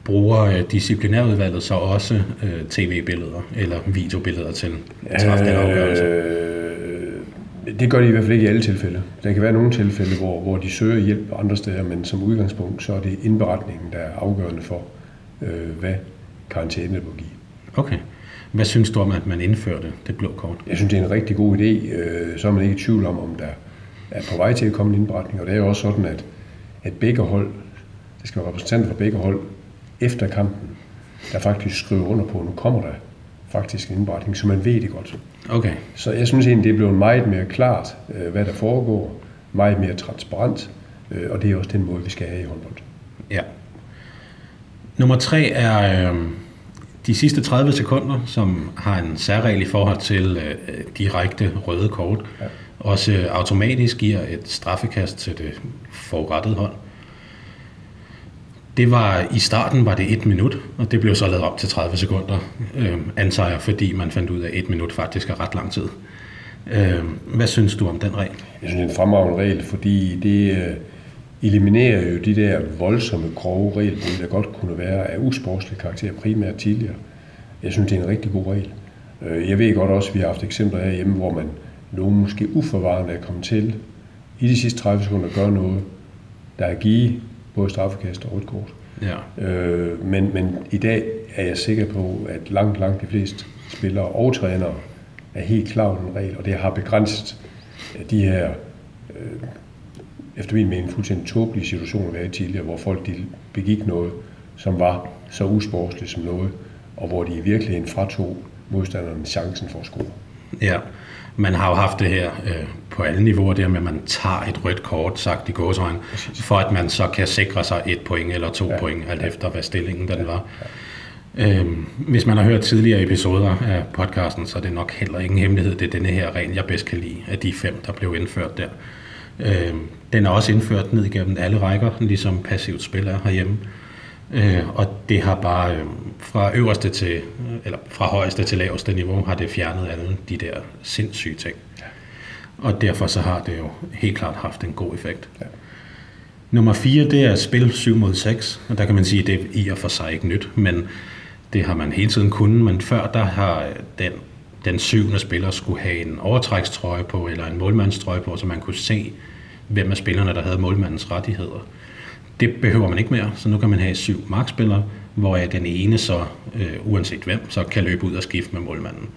bruger disciplinærudvalget så også øh, tv-billeder eller videobilleder til at træffe den afgørelse? Øh, det gør de i hvert fald ikke i alle tilfælde. Der kan være nogle tilfælde, hvor, hvor de søger hjælp andre steder, men som udgangspunkt, så er det indberetningen, der er afgørende for, øh, hvad karantæne vil give. Okay. Hvad synes du om, at man indførte det blå kort? Jeg synes, det er en rigtig god idé. Øh, så er man ikke i tvivl om, om der er på vej til at komme en indberetning, og det er jo også sådan, at, at begge hold, det skal være repræsentanter fra begge hold, efter kampen, der faktisk skriver under på, nu kommer der faktisk en indberetning, så man ved det godt. Okay. Så jeg synes egentlig, det er blevet meget mere klart, hvad der foregår, meget mere transparent, og det er også den måde, vi skal have i håndbold. Ja. Nummer tre er øh, de sidste tredive sekunder, som har en særregel i forhold til øh, direkte røde kort. Ja. Også øh, automatisk giver et straffekast til det forurettede hold. Det var, i starten var det et minut, og det blev så lavet op til tredive sekunder, øh, antager jeg, fordi man fandt ud af, at et minut faktisk er ret lang tid. Øh, hvad synes du om den regel? Jeg synes, det er en fremragende regel, fordi det øh, eliminerer jo de der voldsomme, grove regelbrud, der godt kunne være af usportslig karakter primært tidligere. Jeg synes, det er en rigtig god regel. Jeg ved godt også, at vi har haft eksempler herhjemme, hvor man nogen måske uforvarende er kommet til i de sidste tredive sekunder at gøre noget, der er givet både straffekast og rødt kort. Ja. Øh, men, men i dag er jeg sikker på, at langt, langt de fleste spillere og trænere er helt klar over den regel, og det har begrænset de her, øh, efter min mening, fuldstændig tåbelige situationer, vi havde tidligere, hvor folk de begik noget, som var så usportsligt som noget, og hvor de i virkeligheden fratog modstanderen chancen for at score. Ja, man har jo haft det her øh, på alle niveauer, der med, at man tager et rødt kort, sagt i gåseøjne, for at man så kan sikre sig et point eller to ja. point, alt efter hvad stillingen den var. Ja. Ja. Øhm, hvis man har hørt tidligere episoder af podcasten, så er det nok heller ingen hemmelighed, det er denne her regel, jeg bedst kan lide, af de fem, der blev indført der. Øhm, den er også indført ned igennem alle rækker, ligesom passivt spil er herhjemme. Øh, og det har bare øh, fra øverste til, eller fra højeste til laveste niveau, har det fjernet alle de der sindssyge ting. Ja. Og derfor så har det jo helt klart haft en god effekt. Ja. Nummer fire, det er spil syv mod seks, og der kan man sige, at det er i og for sig ikke nyt, men det har man hele tiden kunnet, men før der har den, den syvende spiller skulle have en overtrækstrøje på, eller en målmandstrøje på, så man kunne se, hvem af spillerne, der havde målmandens rettigheder. Det behøver man ikke mere, så nu kan man have syv markspillere, hvor den ene så, øh, uanset hvem, så kan løbe ud og skifte med målmanden.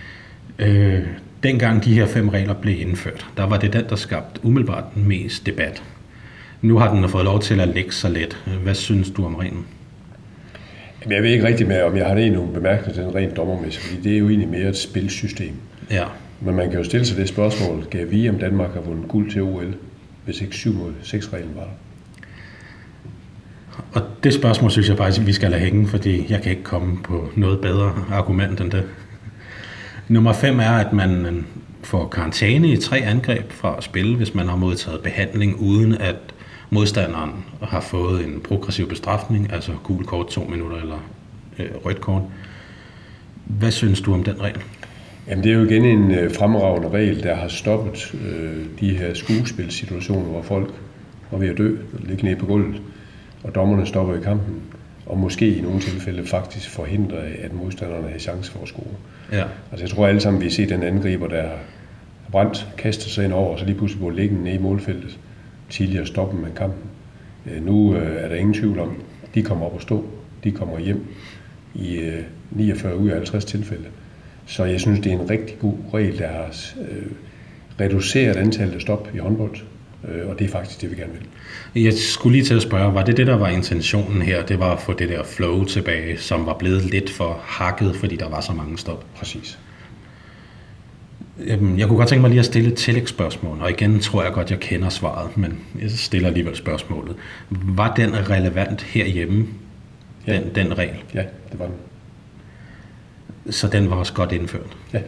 Øh, dengang de her fem regler blev indført, der var det den, der skabte umiddelbart den mest debat. Nu har den fået lov til at lægge sig lidt. Hvad synes du om reglen? Jamen, jeg ved ikke rigtig med, om jeg har det nogle bemærkninger til den rent dommermæssigt, fordi det er jo egentlig mere et spilsystem. Ja. Men man kan jo stille sig det spørgsmål, kan vi om Danmark har vundet guld til O L, hvis ikke syv mod seks reglen var der? Og det spørgsmål synes jeg faktisk, at vi skal lade hænge, fordi jeg kan ikke komme på noget bedre argument end det. Nummer fem er, at man får karantæne i tre angreb fra at spille, hvis man har modtaget behandling, uden at modstanderen har fået en progressiv bestrafning, altså gul kort to minutter eller øh, rødt kort. Hvad synes du om den regel? Jamen, det er jo igen en øh, fremragende regel, der har stoppet øh, de her skuespilsituationer, hvor folk var ved at dø, ligge nede på gulvet, og dommerne stopper i kampen, og måske i nogle tilfælde faktisk forhindrer, at modstanderne har chance for at score. Ja. Altså, jeg tror alle sammen, vi har set den angriber, der har brændt, kastet sig ind over, og så lige pludselig på liggen nede i målfeltet. Tidligere stopper man kampen. Nu er der ingen tvivl om, de kommer op og stå, de kommer hjem i niogfyrre ud af halvtreds tilfælde. Så jeg synes, det er en rigtig god regel, der har reduceret antallet af stop i håndbold. Og det er faktisk det, vi gerne vil. Jeg skulle lige til at spørge, var det det, der var intentionen her? Det var at få det der flow tilbage, som var blevet lidt for hakket, fordi der var så mange stop? Præcis. Jeg kunne godt tænke mig lige at stille et tillægsspørgsmål, og igen tror jeg godt, jeg kender svaret, men jeg stiller alligevel spørgsmålet. Var den relevant herhjemme, ja. den, den regel? Ja, det var den. Så den var også godt indført? Ja.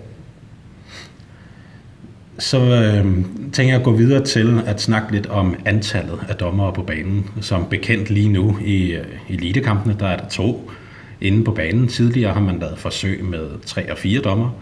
Så øh, tænker jeg at gå videre til at snakke lidt om antallet af dommere på banen. Som bekendt lige nu i øh, elitekampene, der er der to inde på banen. Tidligere har man lavet forsøg med tre og fire dommer.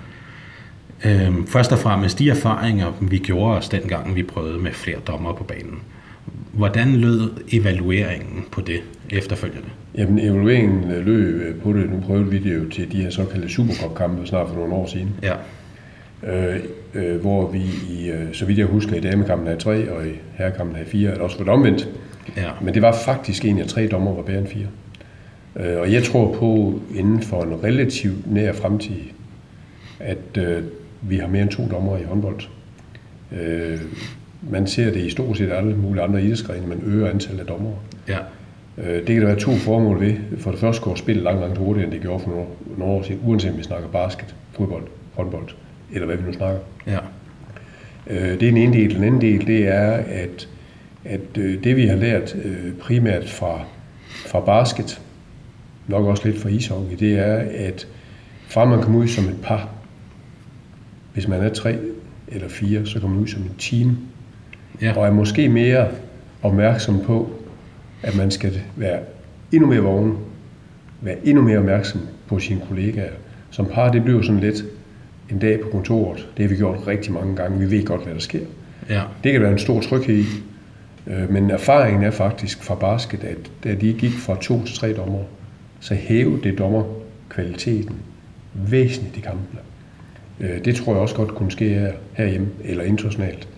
Øh, først og fremmest de erfaringer, vi gjorde os dengang, vi prøvede med flere dommere på banen. Hvordan lød evalueringen på det efterfølgende? Jamen, evalueringen løb på det. Nu prøvede vi det jo til de her såkaldte Supercup-kampe snart for nogle år siden. Ja. Øh, øh, hvor vi, i, øh, så vidt jeg husker, i damekampen havde tre, og i herrekampen havde fire, eller også var det omvendt. Ja. Men det var faktisk en af tre dommer var bedre end fire. Øh, og jeg tror på, inden for en relativt nær fremtid, at øh, vi har mere end to dommer i håndbold. Øh, man ser det i stort set alle mulige andre idrætsgrene, man øger antallet af dommer. Ja. Øh, det kan der være to formål ved. For det første går spillet langt, langt hurtigere, end det gjorde for nogle, nogle år siden, uanset om vi snakker basket, fodbold, håndbold, eller hvad vi nu snakker. Ja. Øh, det er den ene del. Den anden del, det er, at, at øh, det vi har lært øh, primært fra, fra basket, nok også lidt fra ishockey, det er, at fra man kommer ud som et par, hvis man er tre eller fire, så kommer man ud som et team. Ja. Og er måske mere opmærksom på, at man skal være endnu mere vågen, være endnu mere opmærksom på sine kollegaer. Som par, det bliver sådan lidt en dag på kontoret. Det har vi gjort rigtig mange gange. Vi ved godt, hvad der sker. Ja. Det kan være en stor tryghed i. Men erfaringen er faktisk fra basket, at da de gik fra to til tre dommer, så hævede det dommerkvaliteten væsentligt i kampene. Det tror jeg også godt kunne ske her, herhjemme eller internationalt.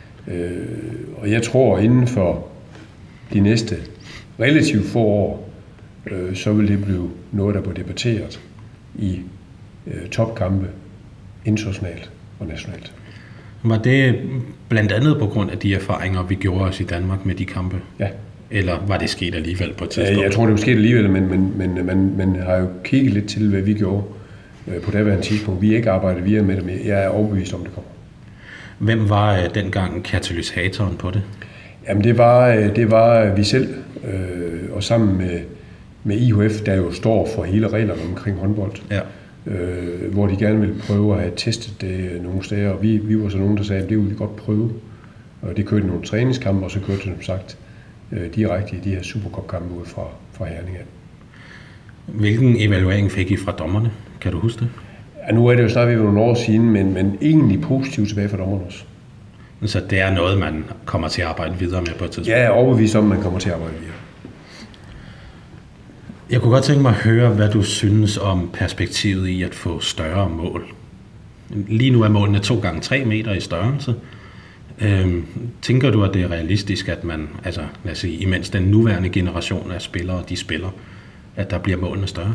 Og jeg tror, inden for de næste relativt få år, så vil det blive noget, der bliver debatteret i topkampe internationalt og nationalt. Var det blandt andet på grund af de erfaringer, vi gjorde os i Danmark med de kampe? Ja. Eller var det sket alligevel på et tidspunkt? Jeg tror, det var sket alligevel, men, men, men man, man har jo kigget lidt til, hvad vi gjorde på daværende tidspunkt. Vi har ikke arbejdet videre med det, men jeg er overbevist om, det kommer. Hvem var øh, dengang katalysatoren på det? Jamen, det var, det var vi selv, øh, og sammen med, med I H F, der jo står for hele reglerne omkring håndbold. Ja. Øh, hvor de gerne ville prøve at have testet det nogle steder, og vi, vi var så nogen, der sagde, at det ville vi godt prøve. Og det kørte nogle træningskampe, og så kørte det, som sagt, øh, direkte i de her Supercup-kampe ud fra, fra Herning. Hvilken evaluering fik I fra dommerne? Kan du huske det? Ja, nu er det jo snart ved nogle år siden, men, men egentlig positivt tilbage fra dommerne også. Så det er noget, man kommer til at arbejde videre med på et tidspunkt? Ja, jeg er overbevist om, at man kommer til at arbejde videre. Jeg kunne godt tænke mig at høre, hvad du synes om perspektivet i at få større mål. Lige nu er målene to gange tre meter i størrelse. Øhm, tænker du, at det er realistisk, at man, altså lad os sige, imens den nuværende generation af spillere, de spiller, at der bliver målene større?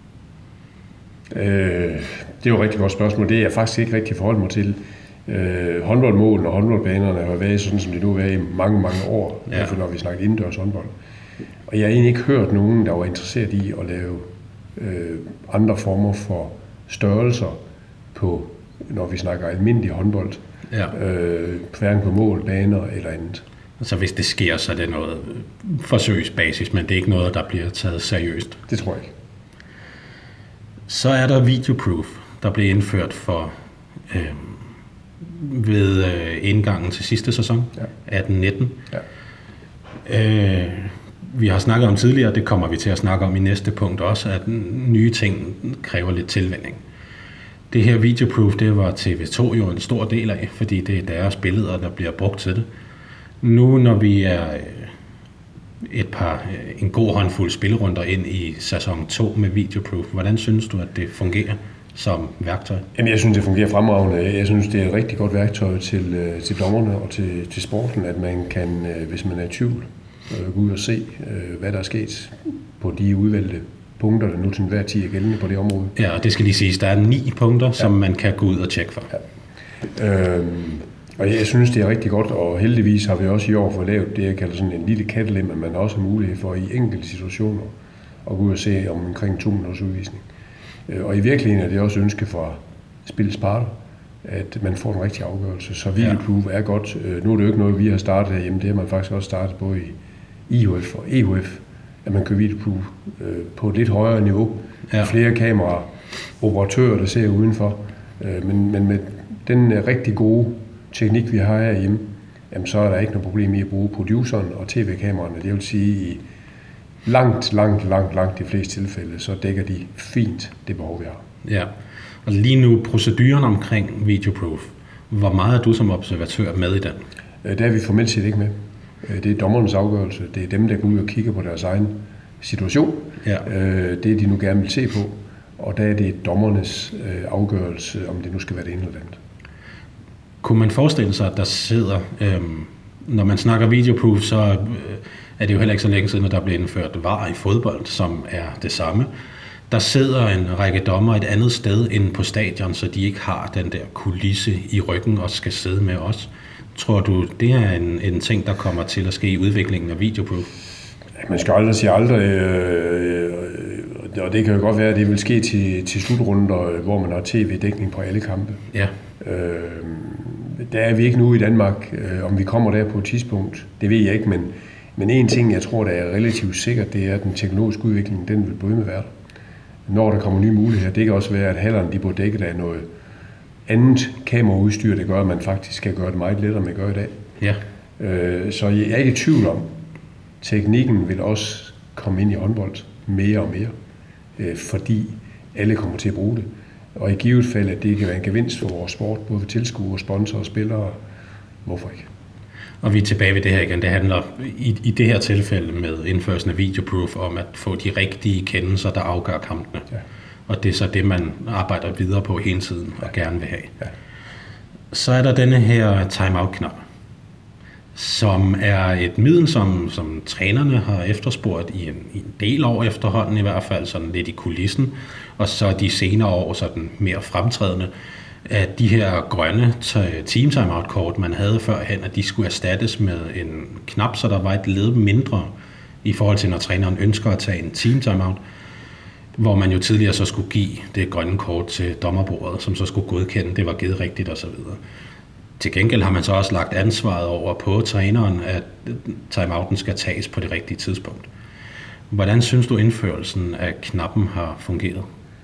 Øh, det er jo et rigtig godt spørgsmål. Det er jeg faktisk ikke rigtig forholdt mig til. Øh, håndboldmålene og håndboldbanerne har været sådan, som det nu har været i mange, mange år, ja. Derfor når vi snakker indendørs håndbold. Og jeg har egentlig ikke hørt nogen, der var interesseret i at lave øh, andre former for størrelser på, når vi snakker almindelig håndbold, ja. øh, hverken på mål, baner eller andet. Så hvis det sker, så er det noget forsøgsbasis, men det er ikke noget, der bliver taget seriøst? Det tror jeg ikke. Så er der videoproof, der blev indført for øh, ved øh, indgangen til sidste sæson, ja. atten nitten. Ja. Øh, vi har snakket om tidligere, det kommer vi til at snakke om i næste punkt også, at nye ting kræver lidt tilvænning. Det her videoproof, det var T V to jo en stor del af, fordi det er deres billeder, der bliver brugt til det. Nu når vi er et par, en god håndfuld spillerunder ind i sæson to med videoproof, hvordan synes du, at det fungerer som værktøj? Jamen, jeg synes, det fungerer fremragende. Jeg synes, det er et rigtig godt værktøj til, til dommerne og til, til sporten, at man kan, hvis man er i tvivl, gå ud og se, hvad der er sket på de udvalgte punkter, der nu til hver tid er gældende på det område. Ja, og det skal lige siges, der er ni punkter, ja. som man kan gå ud og tjekke for. Ja. Øhm, og jeg synes, det er rigtig godt, og heldigvis har vi også i år fået lavet det, jeg kalder sådan en lille kattelem, at man også har mulighed for i enkelte situationer at gå ud og se om omkring to minutters udvisning. Og i virkeligheden er det også ønske fra spillets parter, at man får en rigtig afgørelse. Så videoproof er godt. Nu er det jo ikke noget, vi har startet herhjemme. Det har man faktisk også startet både i I H F og E H F, at man kører videoproof på et lidt højere niveau. Ja. Flere kameraer, operatører, der ser udenfor. Men, men med den rigtig gode teknik, vi har herhjemme, jamen, så er der ikke noget problem i at bruge produceren og tv-kameraerne. Det vil sige, i langt, langt, langt, langt de fleste tilfælde, så dækker de fint det behov, vi har. Ja, og lige nu proceduren omkring videoproof. Hvor meget er du som observatør med i den? Der er vi formelt set ikke med. Det er dommernes afgørelse. Det er dem, der går ud og kigger på deres egen situation. Ja. Det er de nu gerne vil se på. Og der er det dommernes afgørelse, om det nu skal være det ene eller andet. Kunne man forestille sig, at der sidder, øhm, når man snakker videoproof, så øh, er det jo heller ikke så længe siden, at der blev indført V A R i fodbold, som er det samme. Der sidder en række dommer et andet sted end på stadion, så de ikke har den der kulisse i ryggen og skal sidde med os. Tror du, det er en, en ting, der kommer til at ske i udviklingen af videoproof? Man skal aldrig sige aldrig, øh, og det kan jo godt være, at det vil ske til, til slutrunder, hvor man har tv-dækning på alle kampe. Ja. Øh, der er vi ikke nu i Danmark. Øh, om vi kommer der på et tidspunkt, det ved jeg ikke, men, men en ting, jeg tror, der er relativt sikkert, det er, at den teknologiske udvikling, den vil blive med være der. Når der kommer nye muligheder, det kan også være, at hallerne de bliver dækket af noget andet kameraudstyr, der gør, at man faktisk kan gøre det meget lettere, end man gør i dag. Ja. Øh, så jeg er ikke i tvivl om, teknikken vil også komme ind i håndbold mere og mere, øh, fordi alle kommer til at bruge det. Og i givet fald, at det kan være en gevinst for vores sport, både for tilskuere, sponsorer og spillere. Hvorfor ikke? Og vi er tilbage ved det her igen. Det handler i, i det her tilfælde med indførelsen af videoproof om at få de rigtige kendelser, der afgør kampene. Ja. Og det er så det, man arbejder videre på hele tiden og ja. gerne vil have. Ja. Så er der denne her timeout-knap, som er et middel, som, som trænerne har efterspurgt i en, i en del år efterhånden, i hvert fald sådan lidt i kulissen, og så de senere år sådan mere fremtrædende, at de her grønne team timeout-kort, man havde førhen, at de skulle erstattes med en knap, så der var et led mindre i forhold til, når træneren ønsker at tage en team timeout, hvor man jo tidligere så skulle give det grønne kort til dommerbordet, som så skulle godkende, det var givet rigtigt osv. Til gengæld har man så også lagt ansvaret over på træneren, at timeouten skal tages på det rigtige tidspunkt. Hvordan synes du, indførelsen af knappen har fungeret?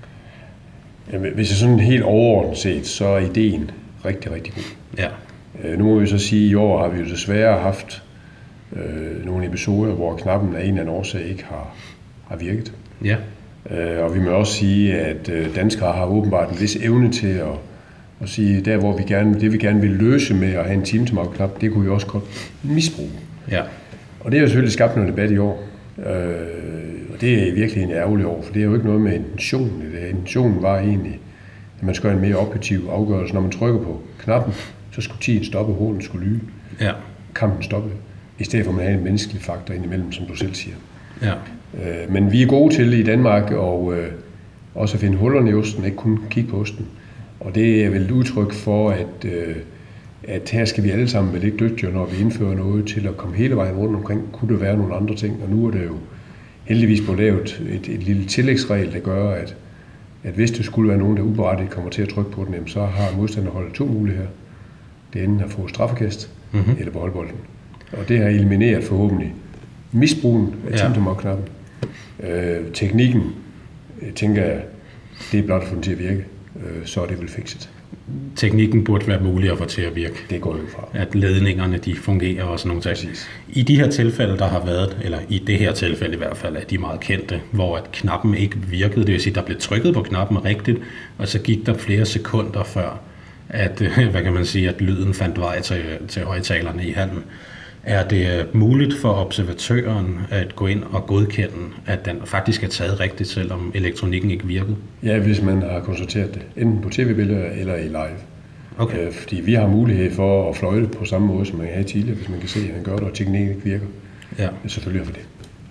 Hvis jeg sådan helt overordnet set, så er ideen rigtig, rigtig god. Ja. Nu må vi så sige, at i år har vi jo desværre haft øh, nogle episoder, hvor knappen af en eller anden årsag ikke har, har virket. Ja. Øh, og vi må også sige, at øh, danskere har åbenbart en vis evne til at, at sige, der hvor vi gerne, det vi gerne vil løse med at have en team timeout-knap, det kunne vi også godt misbruge. Ja. Og det har jo selvfølgelig skabt noget debat i år. Øh, og det er virkelig en ærgerlig år, for det er jo ikke noget med intentionen i det. Intentionen var egentlig, at man skulle have en mere objektiv afgørelse. Når man trykker på knappen, så skulle tiden stoppe, hålen skulle lyge. Ja. Kampen stoppe. I stedet for at man har en menneskelig faktor indimellem, som du selv siger. Ja. Øh, men vi er gode til i Danmark og øh, også at finde hullerne i osten, ikke kun kigge på osten. Og det er vel et udtryk for, at, øh, at her skal vi alle sammen være lidt dygtigere, når vi indfører noget til at komme hele vejen rundt omkring. Kunne det være nogle andre ting? Og nu er det jo heldigvis blevet lavet et, et lille tillægsregel, der gør, at, at hvis det skulle være nogen, der uberettiget kommer til at trykke på den, så har modstanderholdet to muligheder. Det er enten at få straffekast mm-hmm. eller beholde bolden. Og det har elimineret forhåbentlig misbrugen af team timeout-knappen. Øh, teknikken, jeg tænker jeg, det er blot at få den til at virke, øh, så er det vel fikset. Teknikken burde være mulig at få til at virke. Det går jo fra. At ledningerne, de fungerer og sådan nogle ting. Præcis. I de her tilfælde, der har været, eller i det her tilfælde i hvert fald, er de meget kendte, hvor at knappen ikke virkede. Det vil sige, der blev trykket på knappen rigtigt, og så gik der flere sekunder før, at, hvad kan man sige, at lyden fandt vej til, til højtalerne i hallen. Er det muligt for observatøren at gå ind og godkende, at den faktisk er taget rigtigt, selvom elektronikken ikke virkede? Ja, hvis man har konstateret det, enten på tv-billeder eller i live. Okay. Øh, fordi vi har mulighed for at fløjte på samme måde, som man havde tidligere, hvis man kan se, at man gør det, og teknikken ikke virker. Ja. Selvfølgelig for det.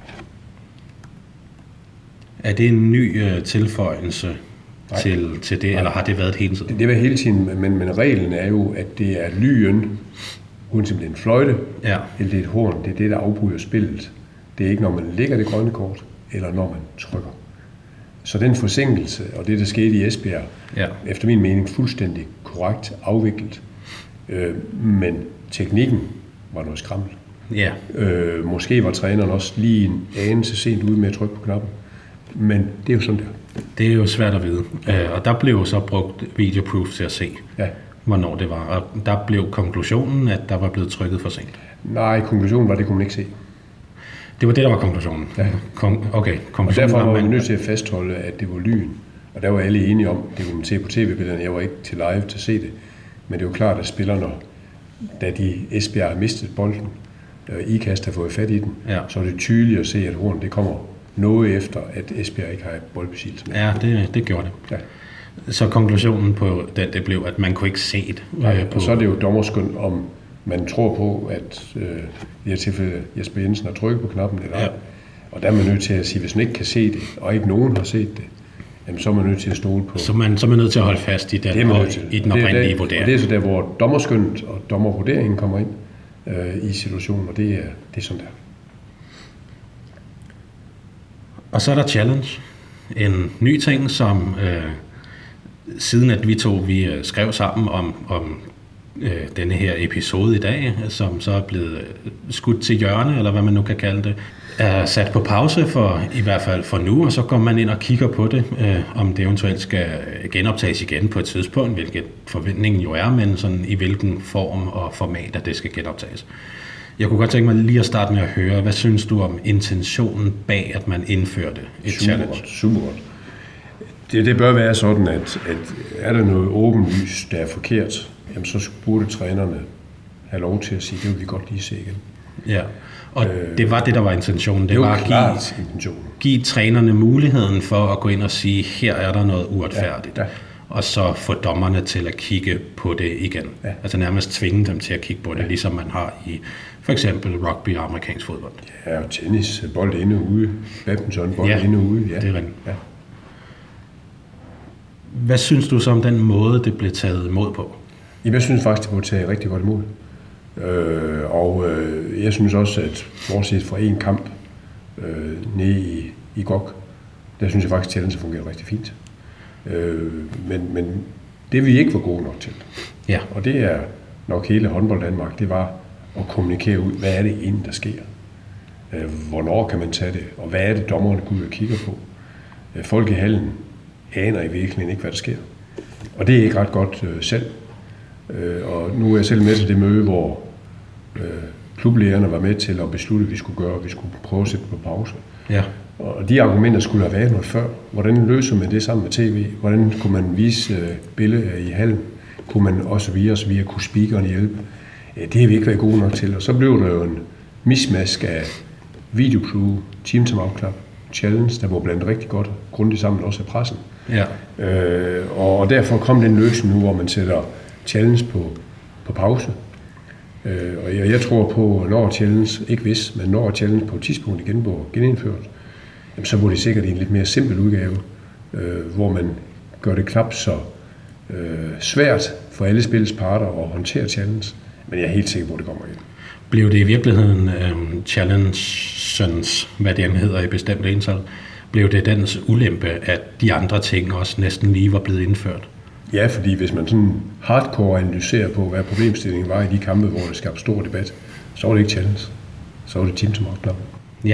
Er det en ny uh, tilføjelse til, til det, Nej. eller har det været hele tiden? Det, det var hele tiden, men, men reglen er jo, at det er lyen, uanset om det er en fløjte, ja. eller det er et horn, det er det, der afbryder spillet. Det er ikke, når man lægger det grønne kort, eller når man trykker. Så den forsinkelse, og det, der skete i Esbjerg, ja. efter min mening fuldstændig korrekt afviklet. Øh, men teknikken var noget skrammel. Ja. Øh, måske var træneren også lige en anelse sent ude med at trykke på knappen. Men det er jo sådan der. Det er jo svært at vide. Ja. Og der blev jo så brugt videoproof til at se. Ja. Hvornår det var. Og der blev konklusionen, at der var blevet trykket for sent. Nej, konklusionen var, det kunne man ikke se. Det var det, der var konklusionen? Ja. Kon- okay, konklusionen. Og derfor var man nødt til at fastholde, at det var lyn. Og der var alle enige om, det kunne man se på tv-billederne. Jeg var ikke til live til at se det. Men det var klart, at spillerne, da de Esbjerg mistede bolden, Ikast har fået fat i den, ja. så er det tydeligt at se, at hornet det kommer noget efter, at Esbjerg ikke har boldbesiddelse. Ja, det, det gjorde det. Ja. Så konklusionen på den, det blev, at man kunne ikke se det. Nej, på... og så er det jo dommerskøn, om man tror på, at øh, i det tilfælde Jesper Jensen har trykket på knappen eller ja. Og der er man nødt til at sige, hvis man ikke kan se det, og ikke nogen har set det, jamen, så er man nødt til at stole på. Så man, så er man nødt til at holde fast i den, og, i den oprindelige vurdering. Og det er så der, hvor dommerskønnet og dommervurderingen kommer ind øh, i situationen, og det er, det er sådan der. Og så er der challenge. En ny ting, som øh, siden at vi to vi skrev sammen om, om øh, denne her episode i dag, som så er blevet skudt til hjørne, eller hvad man nu kan kalde det, er sat på pause for i hvert fald for nu, og så går man ind og kigger på det, øh, om det eventuelt skal genoptages igen på et tidspunkt, hvilket forventningen jo er, men sådan i hvilken form og format, at det skal genoptages. Jeg kunne godt tænke mig lige at starte med at høre, hvad synes du om intentionen bag, at man indførte et super challenge? Godt, super godt. Det, det bør være sådan, at, at er der noget åbenlyst, der er forkert, jamen så burde trænerne have lov til at sige, det vil vi godt lige se igen. Ja, og øh, det var det, der var intentionen. Det, det var, var klart at give, intentionen. give trænerne muligheden for at gå ind og sige, her er der noget uretfærdigt. Ja, ja. Og så få dommerne til at kigge på det igen. Ja. Altså nærmest tvinge dem til at kigge på det, ja. Ligesom man har i for eksempel rugby og amerikansk fodbold. Ja, og tennis, bold inde og ude, badminton, bold ja, inde og ude. Ja, det er rigtigt. Ja. Hvad synes du så om den måde, det blev taget imod på? Jamen, jeg synes faktisk, det blev taget rigtig godt imod. Øh, og øh, jeg synes også, at bortset fra en kamp øh, nede i, i G O G, der synes jeg faktisk, at challenge fungerer rigtig fint. Øh, men, men det vi ikke var gode nok til, ja. Og det er nok hele håndbold Danmark, det var at kommunikere ud, hvad er det egentlig, der sker? Øh, hvornår kan man tage det? Og hvad er det, dommerne går ud og kigger på? Øh, folk i hallen aner i virkeligheden ikke, hvad der sker. Og det er ikke ret godt øh, selv. Øh, og nu er jeg selv med til det møde, hvor øh, klublederne var med til at beslutte, hvad vi skulle gøre, og vi skulle prøve at sætte på pause. Ja. Og de argumenter skulle have været noget før. Hvordan løser man det sammen med tv? Hvordan kunne man vise øh, billeder i hallen? Kunne man også via os via kunne speakeren hjælpe? Øh, det har vi ikke været gode nok til. Og så blev der jo en mismask af videocrew, team time out challenge, der var blandt rigtig godt grundigt sammen også af pressen. Ja. Øh, og derfor kom den løsning nu, hvor man sætter challenge på, på pause. Øh, og jeg, jeg tror på, når challenge, ikke hvis, men når challenge på et tidspunkt igen bliver genindført, jamen, så var det sikkert en lidt mere simpel udgave, øh, hvor man gør det knap så øh, svært for alle spillets parter at håndtere challenge. Men jeg er helt sikker på, at det kommer igen. Blev det i virkeligheden um, challenge'ens, hvad det hedder i bestemt ental, blev det dens ulempe, at de andre ting også næsten lige var blevet indført? Ja, fordi hvis man sådan hardcore analyserer på, hvad problemstillingen var i de kampe, hvor det skabte stor debat, så var det ikke challenge. Så var det team som opknappen. Ja,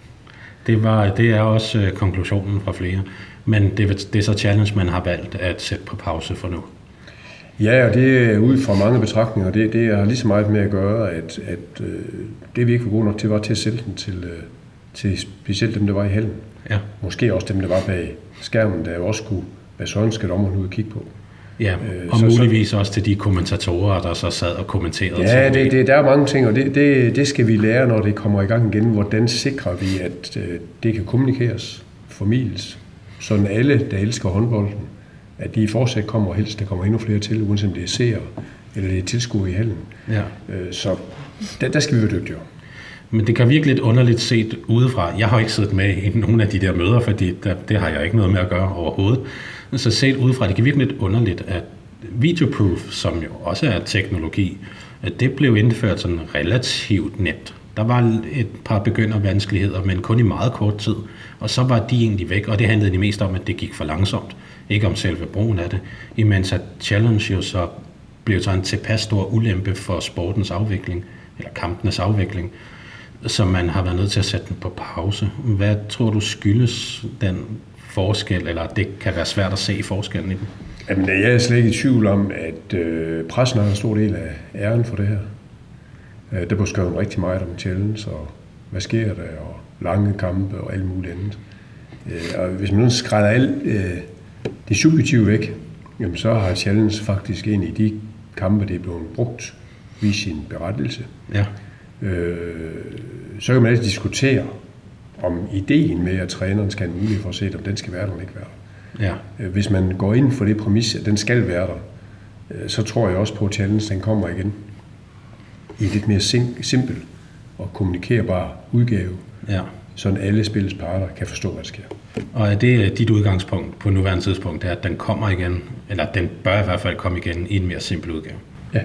det, var, det er også uh, konklusionen fra flere. Men det, det er så challenge, man har valgt at sætte på pause for nu. Ja, og det er ud fra mange betragtninger. Det, det har lige så meget med at gøre, at, at øh, det vi ikke var gode nok til, var til at sælge den til, øh, til specielt dem, der var i hallen. Ja. Måske også dem, der var bag skærmen, der også kunne, hvad sådan skal dommerne ud og kigge på. Ja, og så, muligvis også til de kommentatorer, der så sad og kommenterede. Ja, det, det, der er mange ting, og det, det, det skal vi lære, når det kommer i gang igen. Hvordan sikrer vi, at øh, det kan kommunikeres, formidles, sådan alle, der elsker håndbolden, at de fortsat kommer, og helst der kommer endnu flere til, uanset om det er seere eller det er tilskuere i hallen. Ja. Så der, der skal vi være dygtigere. Men det kan virke lidt underligt set udefra. Jeg har ikke siddet med i nogle af de der møder, fordi der, det har jeg ikke noget med at gøre overhovedet. Så set udefra, det kan virke lidt underligt, at videoproof, som jo også er teknologi, at det blev indført sådan relativt nemt. Der var et par begyndervanskeligheder, men kun i meget kort tid. Og så var de egentlig væk, og det handlede det mest om, at det gik for langsomt. Ikke om selve brugen af det. Imens at challenge jo så blev så en tilpas stor ulempe for sportens afvikling, eller kampenes afvikling, så man har været nødt til at sætte den på pause. Hvad tror du skyldes den forskel, eller det kan være svært at se forskellen i den? Jamen, jeg er slet ikke i tvivl om, at øh, pressen har en stor del af æren for det her. Øh, der blev skrevet rigtig meget om challenge, og hvad sker der, og lange kampe og alt muligt andet. Øh, og hvis man nu skrædder alt øh, det subjektive væk, jamen, så har challenge faktisk en i de kampe, det er blevet brugt, vist sin berettelse. Ja. Øh, så kan man altid diskutere, om ideen med, at træneren skal have en mulighed for at se, om den skal være der eller ikke være der. Ja. Hvis man går ind for det præmis, at den skal være der, så tror jeg også på, at challenge den kommer igen i lidt mere sim- simpel og kommunikerbar udgave, ja. sådan alle spillets parter kan forstå, hvad der sker. Og er det dit udgangspunkt på nuværende tidspunkt, det er, at den kommer igen, eller den bør i hvert fald komme igen i en mere simpel udgave? Ja.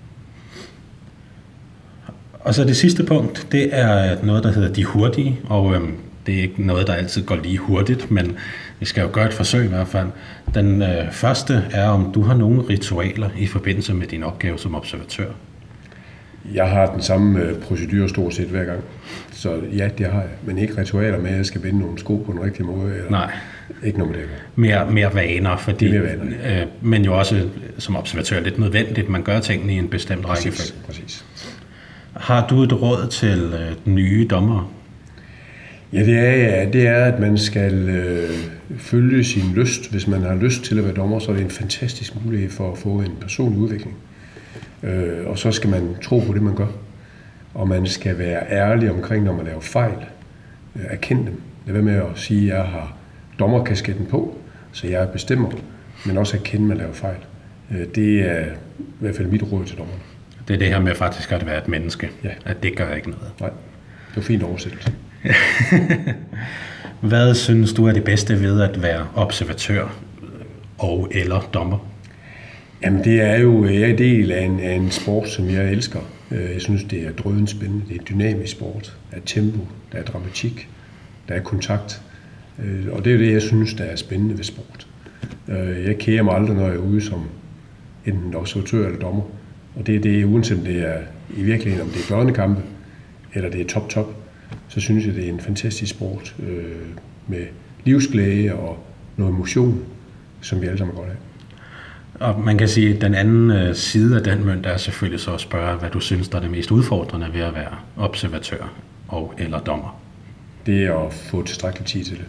Og så det sidste punkt, det er noget, der hedder de hurtige, og øhm, det er ikke noget, der altid går lige hurtigt, men vi skal jo gøre et forsøg i hvert fald. Den øh, første er, om du har nogle ritualer i forbindelse med din opgave som observatør. Jeg har den samme øh, procedure stort set hver gang, så ja, det har jeg, men ikke ritualer med, at jeg skal binde nogle sko på den rigtige måde. Eller Nej. Ikke noget med det. Mere, mere vaner, fordi, mere vaner. Øh, men jo også som observatør lidt nødvendigt, man gør tingene i en bestemt rækkefølge. Præcis, præcis. Har du et råd til øh, nye dommere? Ja, det er, ja, det er, at man skal øh, følge sin lyst. Hvis man har lyst til at være dommer, så er det en fantastisk mulighed for at få en personlig udvikling. Øh, og så skal man tro på det, man gør. Og man skal være ærlig omkring, når man laver fejl. Øh, erkende dem. Lad være med at sige, at jeg har dommerkasketten på, så jeg bestemmer, men også erkende, at man laver fejl. Øh, det er i hvert fald mit råd til dommerne. Det er det her med faktisk at være et menneske. Ja. At det gør ikke noget. Nej, det var fint oversættelse. Hvad synes du er det bedste ved at være observatør og eller dommer? Jamen det er jo, jeg er en del af en, af en sport, som jeg elsker. Jeg synes, det er drøden spændende. Det er en dynamisk sport. Der er tempo, der er dramatik, der er kontakt. Og det er jo det, jeg synes, der er spændende ved sport. Jeg kærer mig aldrig, når jeg er ude som enten observatør eller dommer. Og det er det, uanset om det er i virkeligheden, om det er børnekampe, eller det er top-top, så synes jeg, det er en fantastisk sport øh, med livsglæde og noget emotion, som vi alle sammen godt af. Og man kan sige, at den anden side af den mønt er selvfølgelig så at spørge, hvad du synes, der er det mest udfordrende ved at være observatør og eller dommer. Det er at få tilstrækkelig tid til det.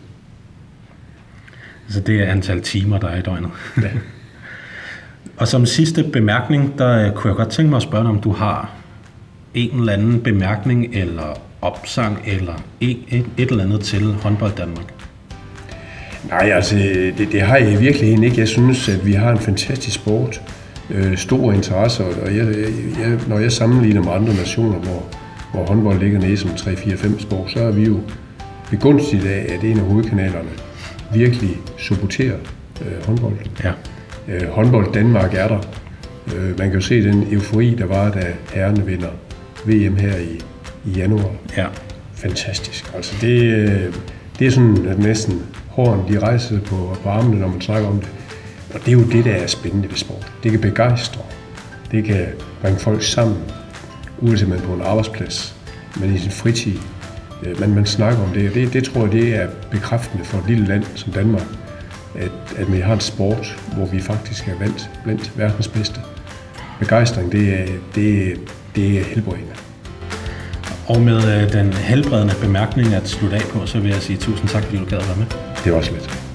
Så det er antal timer, der er i døgnet. Ja. Og som sidste bemærkning, der kunne jeg godt tænke mig at spørge dig, om du har en eller anden bemærkning eller opsang eller et, et, et eller andet til håndbold Danmark? Nej, altså det, det har jeg i virkeligheden ikke. Jeg synes, at vi har en fantastisk sport, øh, stor interesse, og jeg, jeg, når jeg sammenligner med andre nationer, hvor, hvor håndbold ligger nede som tre, fire, fem sport, så er vi jo begunstiget af, at en af hovedkanalerne virkelig supporterer øh, håndbold. Ja. Øh, håndbold Danmark er der. Øh, man kan jo se den eufori, der var, da herrerne vinder V M her i, i januar. Ja. Fantastisk. Altså det, det er sådan, at næsten hårene de rejser på, på armene, når man snakker om det. Og det er jo det, der er spændende ved sport. Det kan begejstre. Det kan bringe folk sammen, uanset man på en arbejdsplads, men i sin fritid. Man, man snakker om det, og det, det tror jeg, det er bekræftende for et lille land som Danmark, at, at vi har en sport, hvor vi faktisk er valgt blandt verdens bedste. Begejstring, det er, det, det er helbredende. Og med den helbredende bemærkning at slutte af på, så vil jeg sige tusind tak, fordi du gad at være med. Det var også lidt.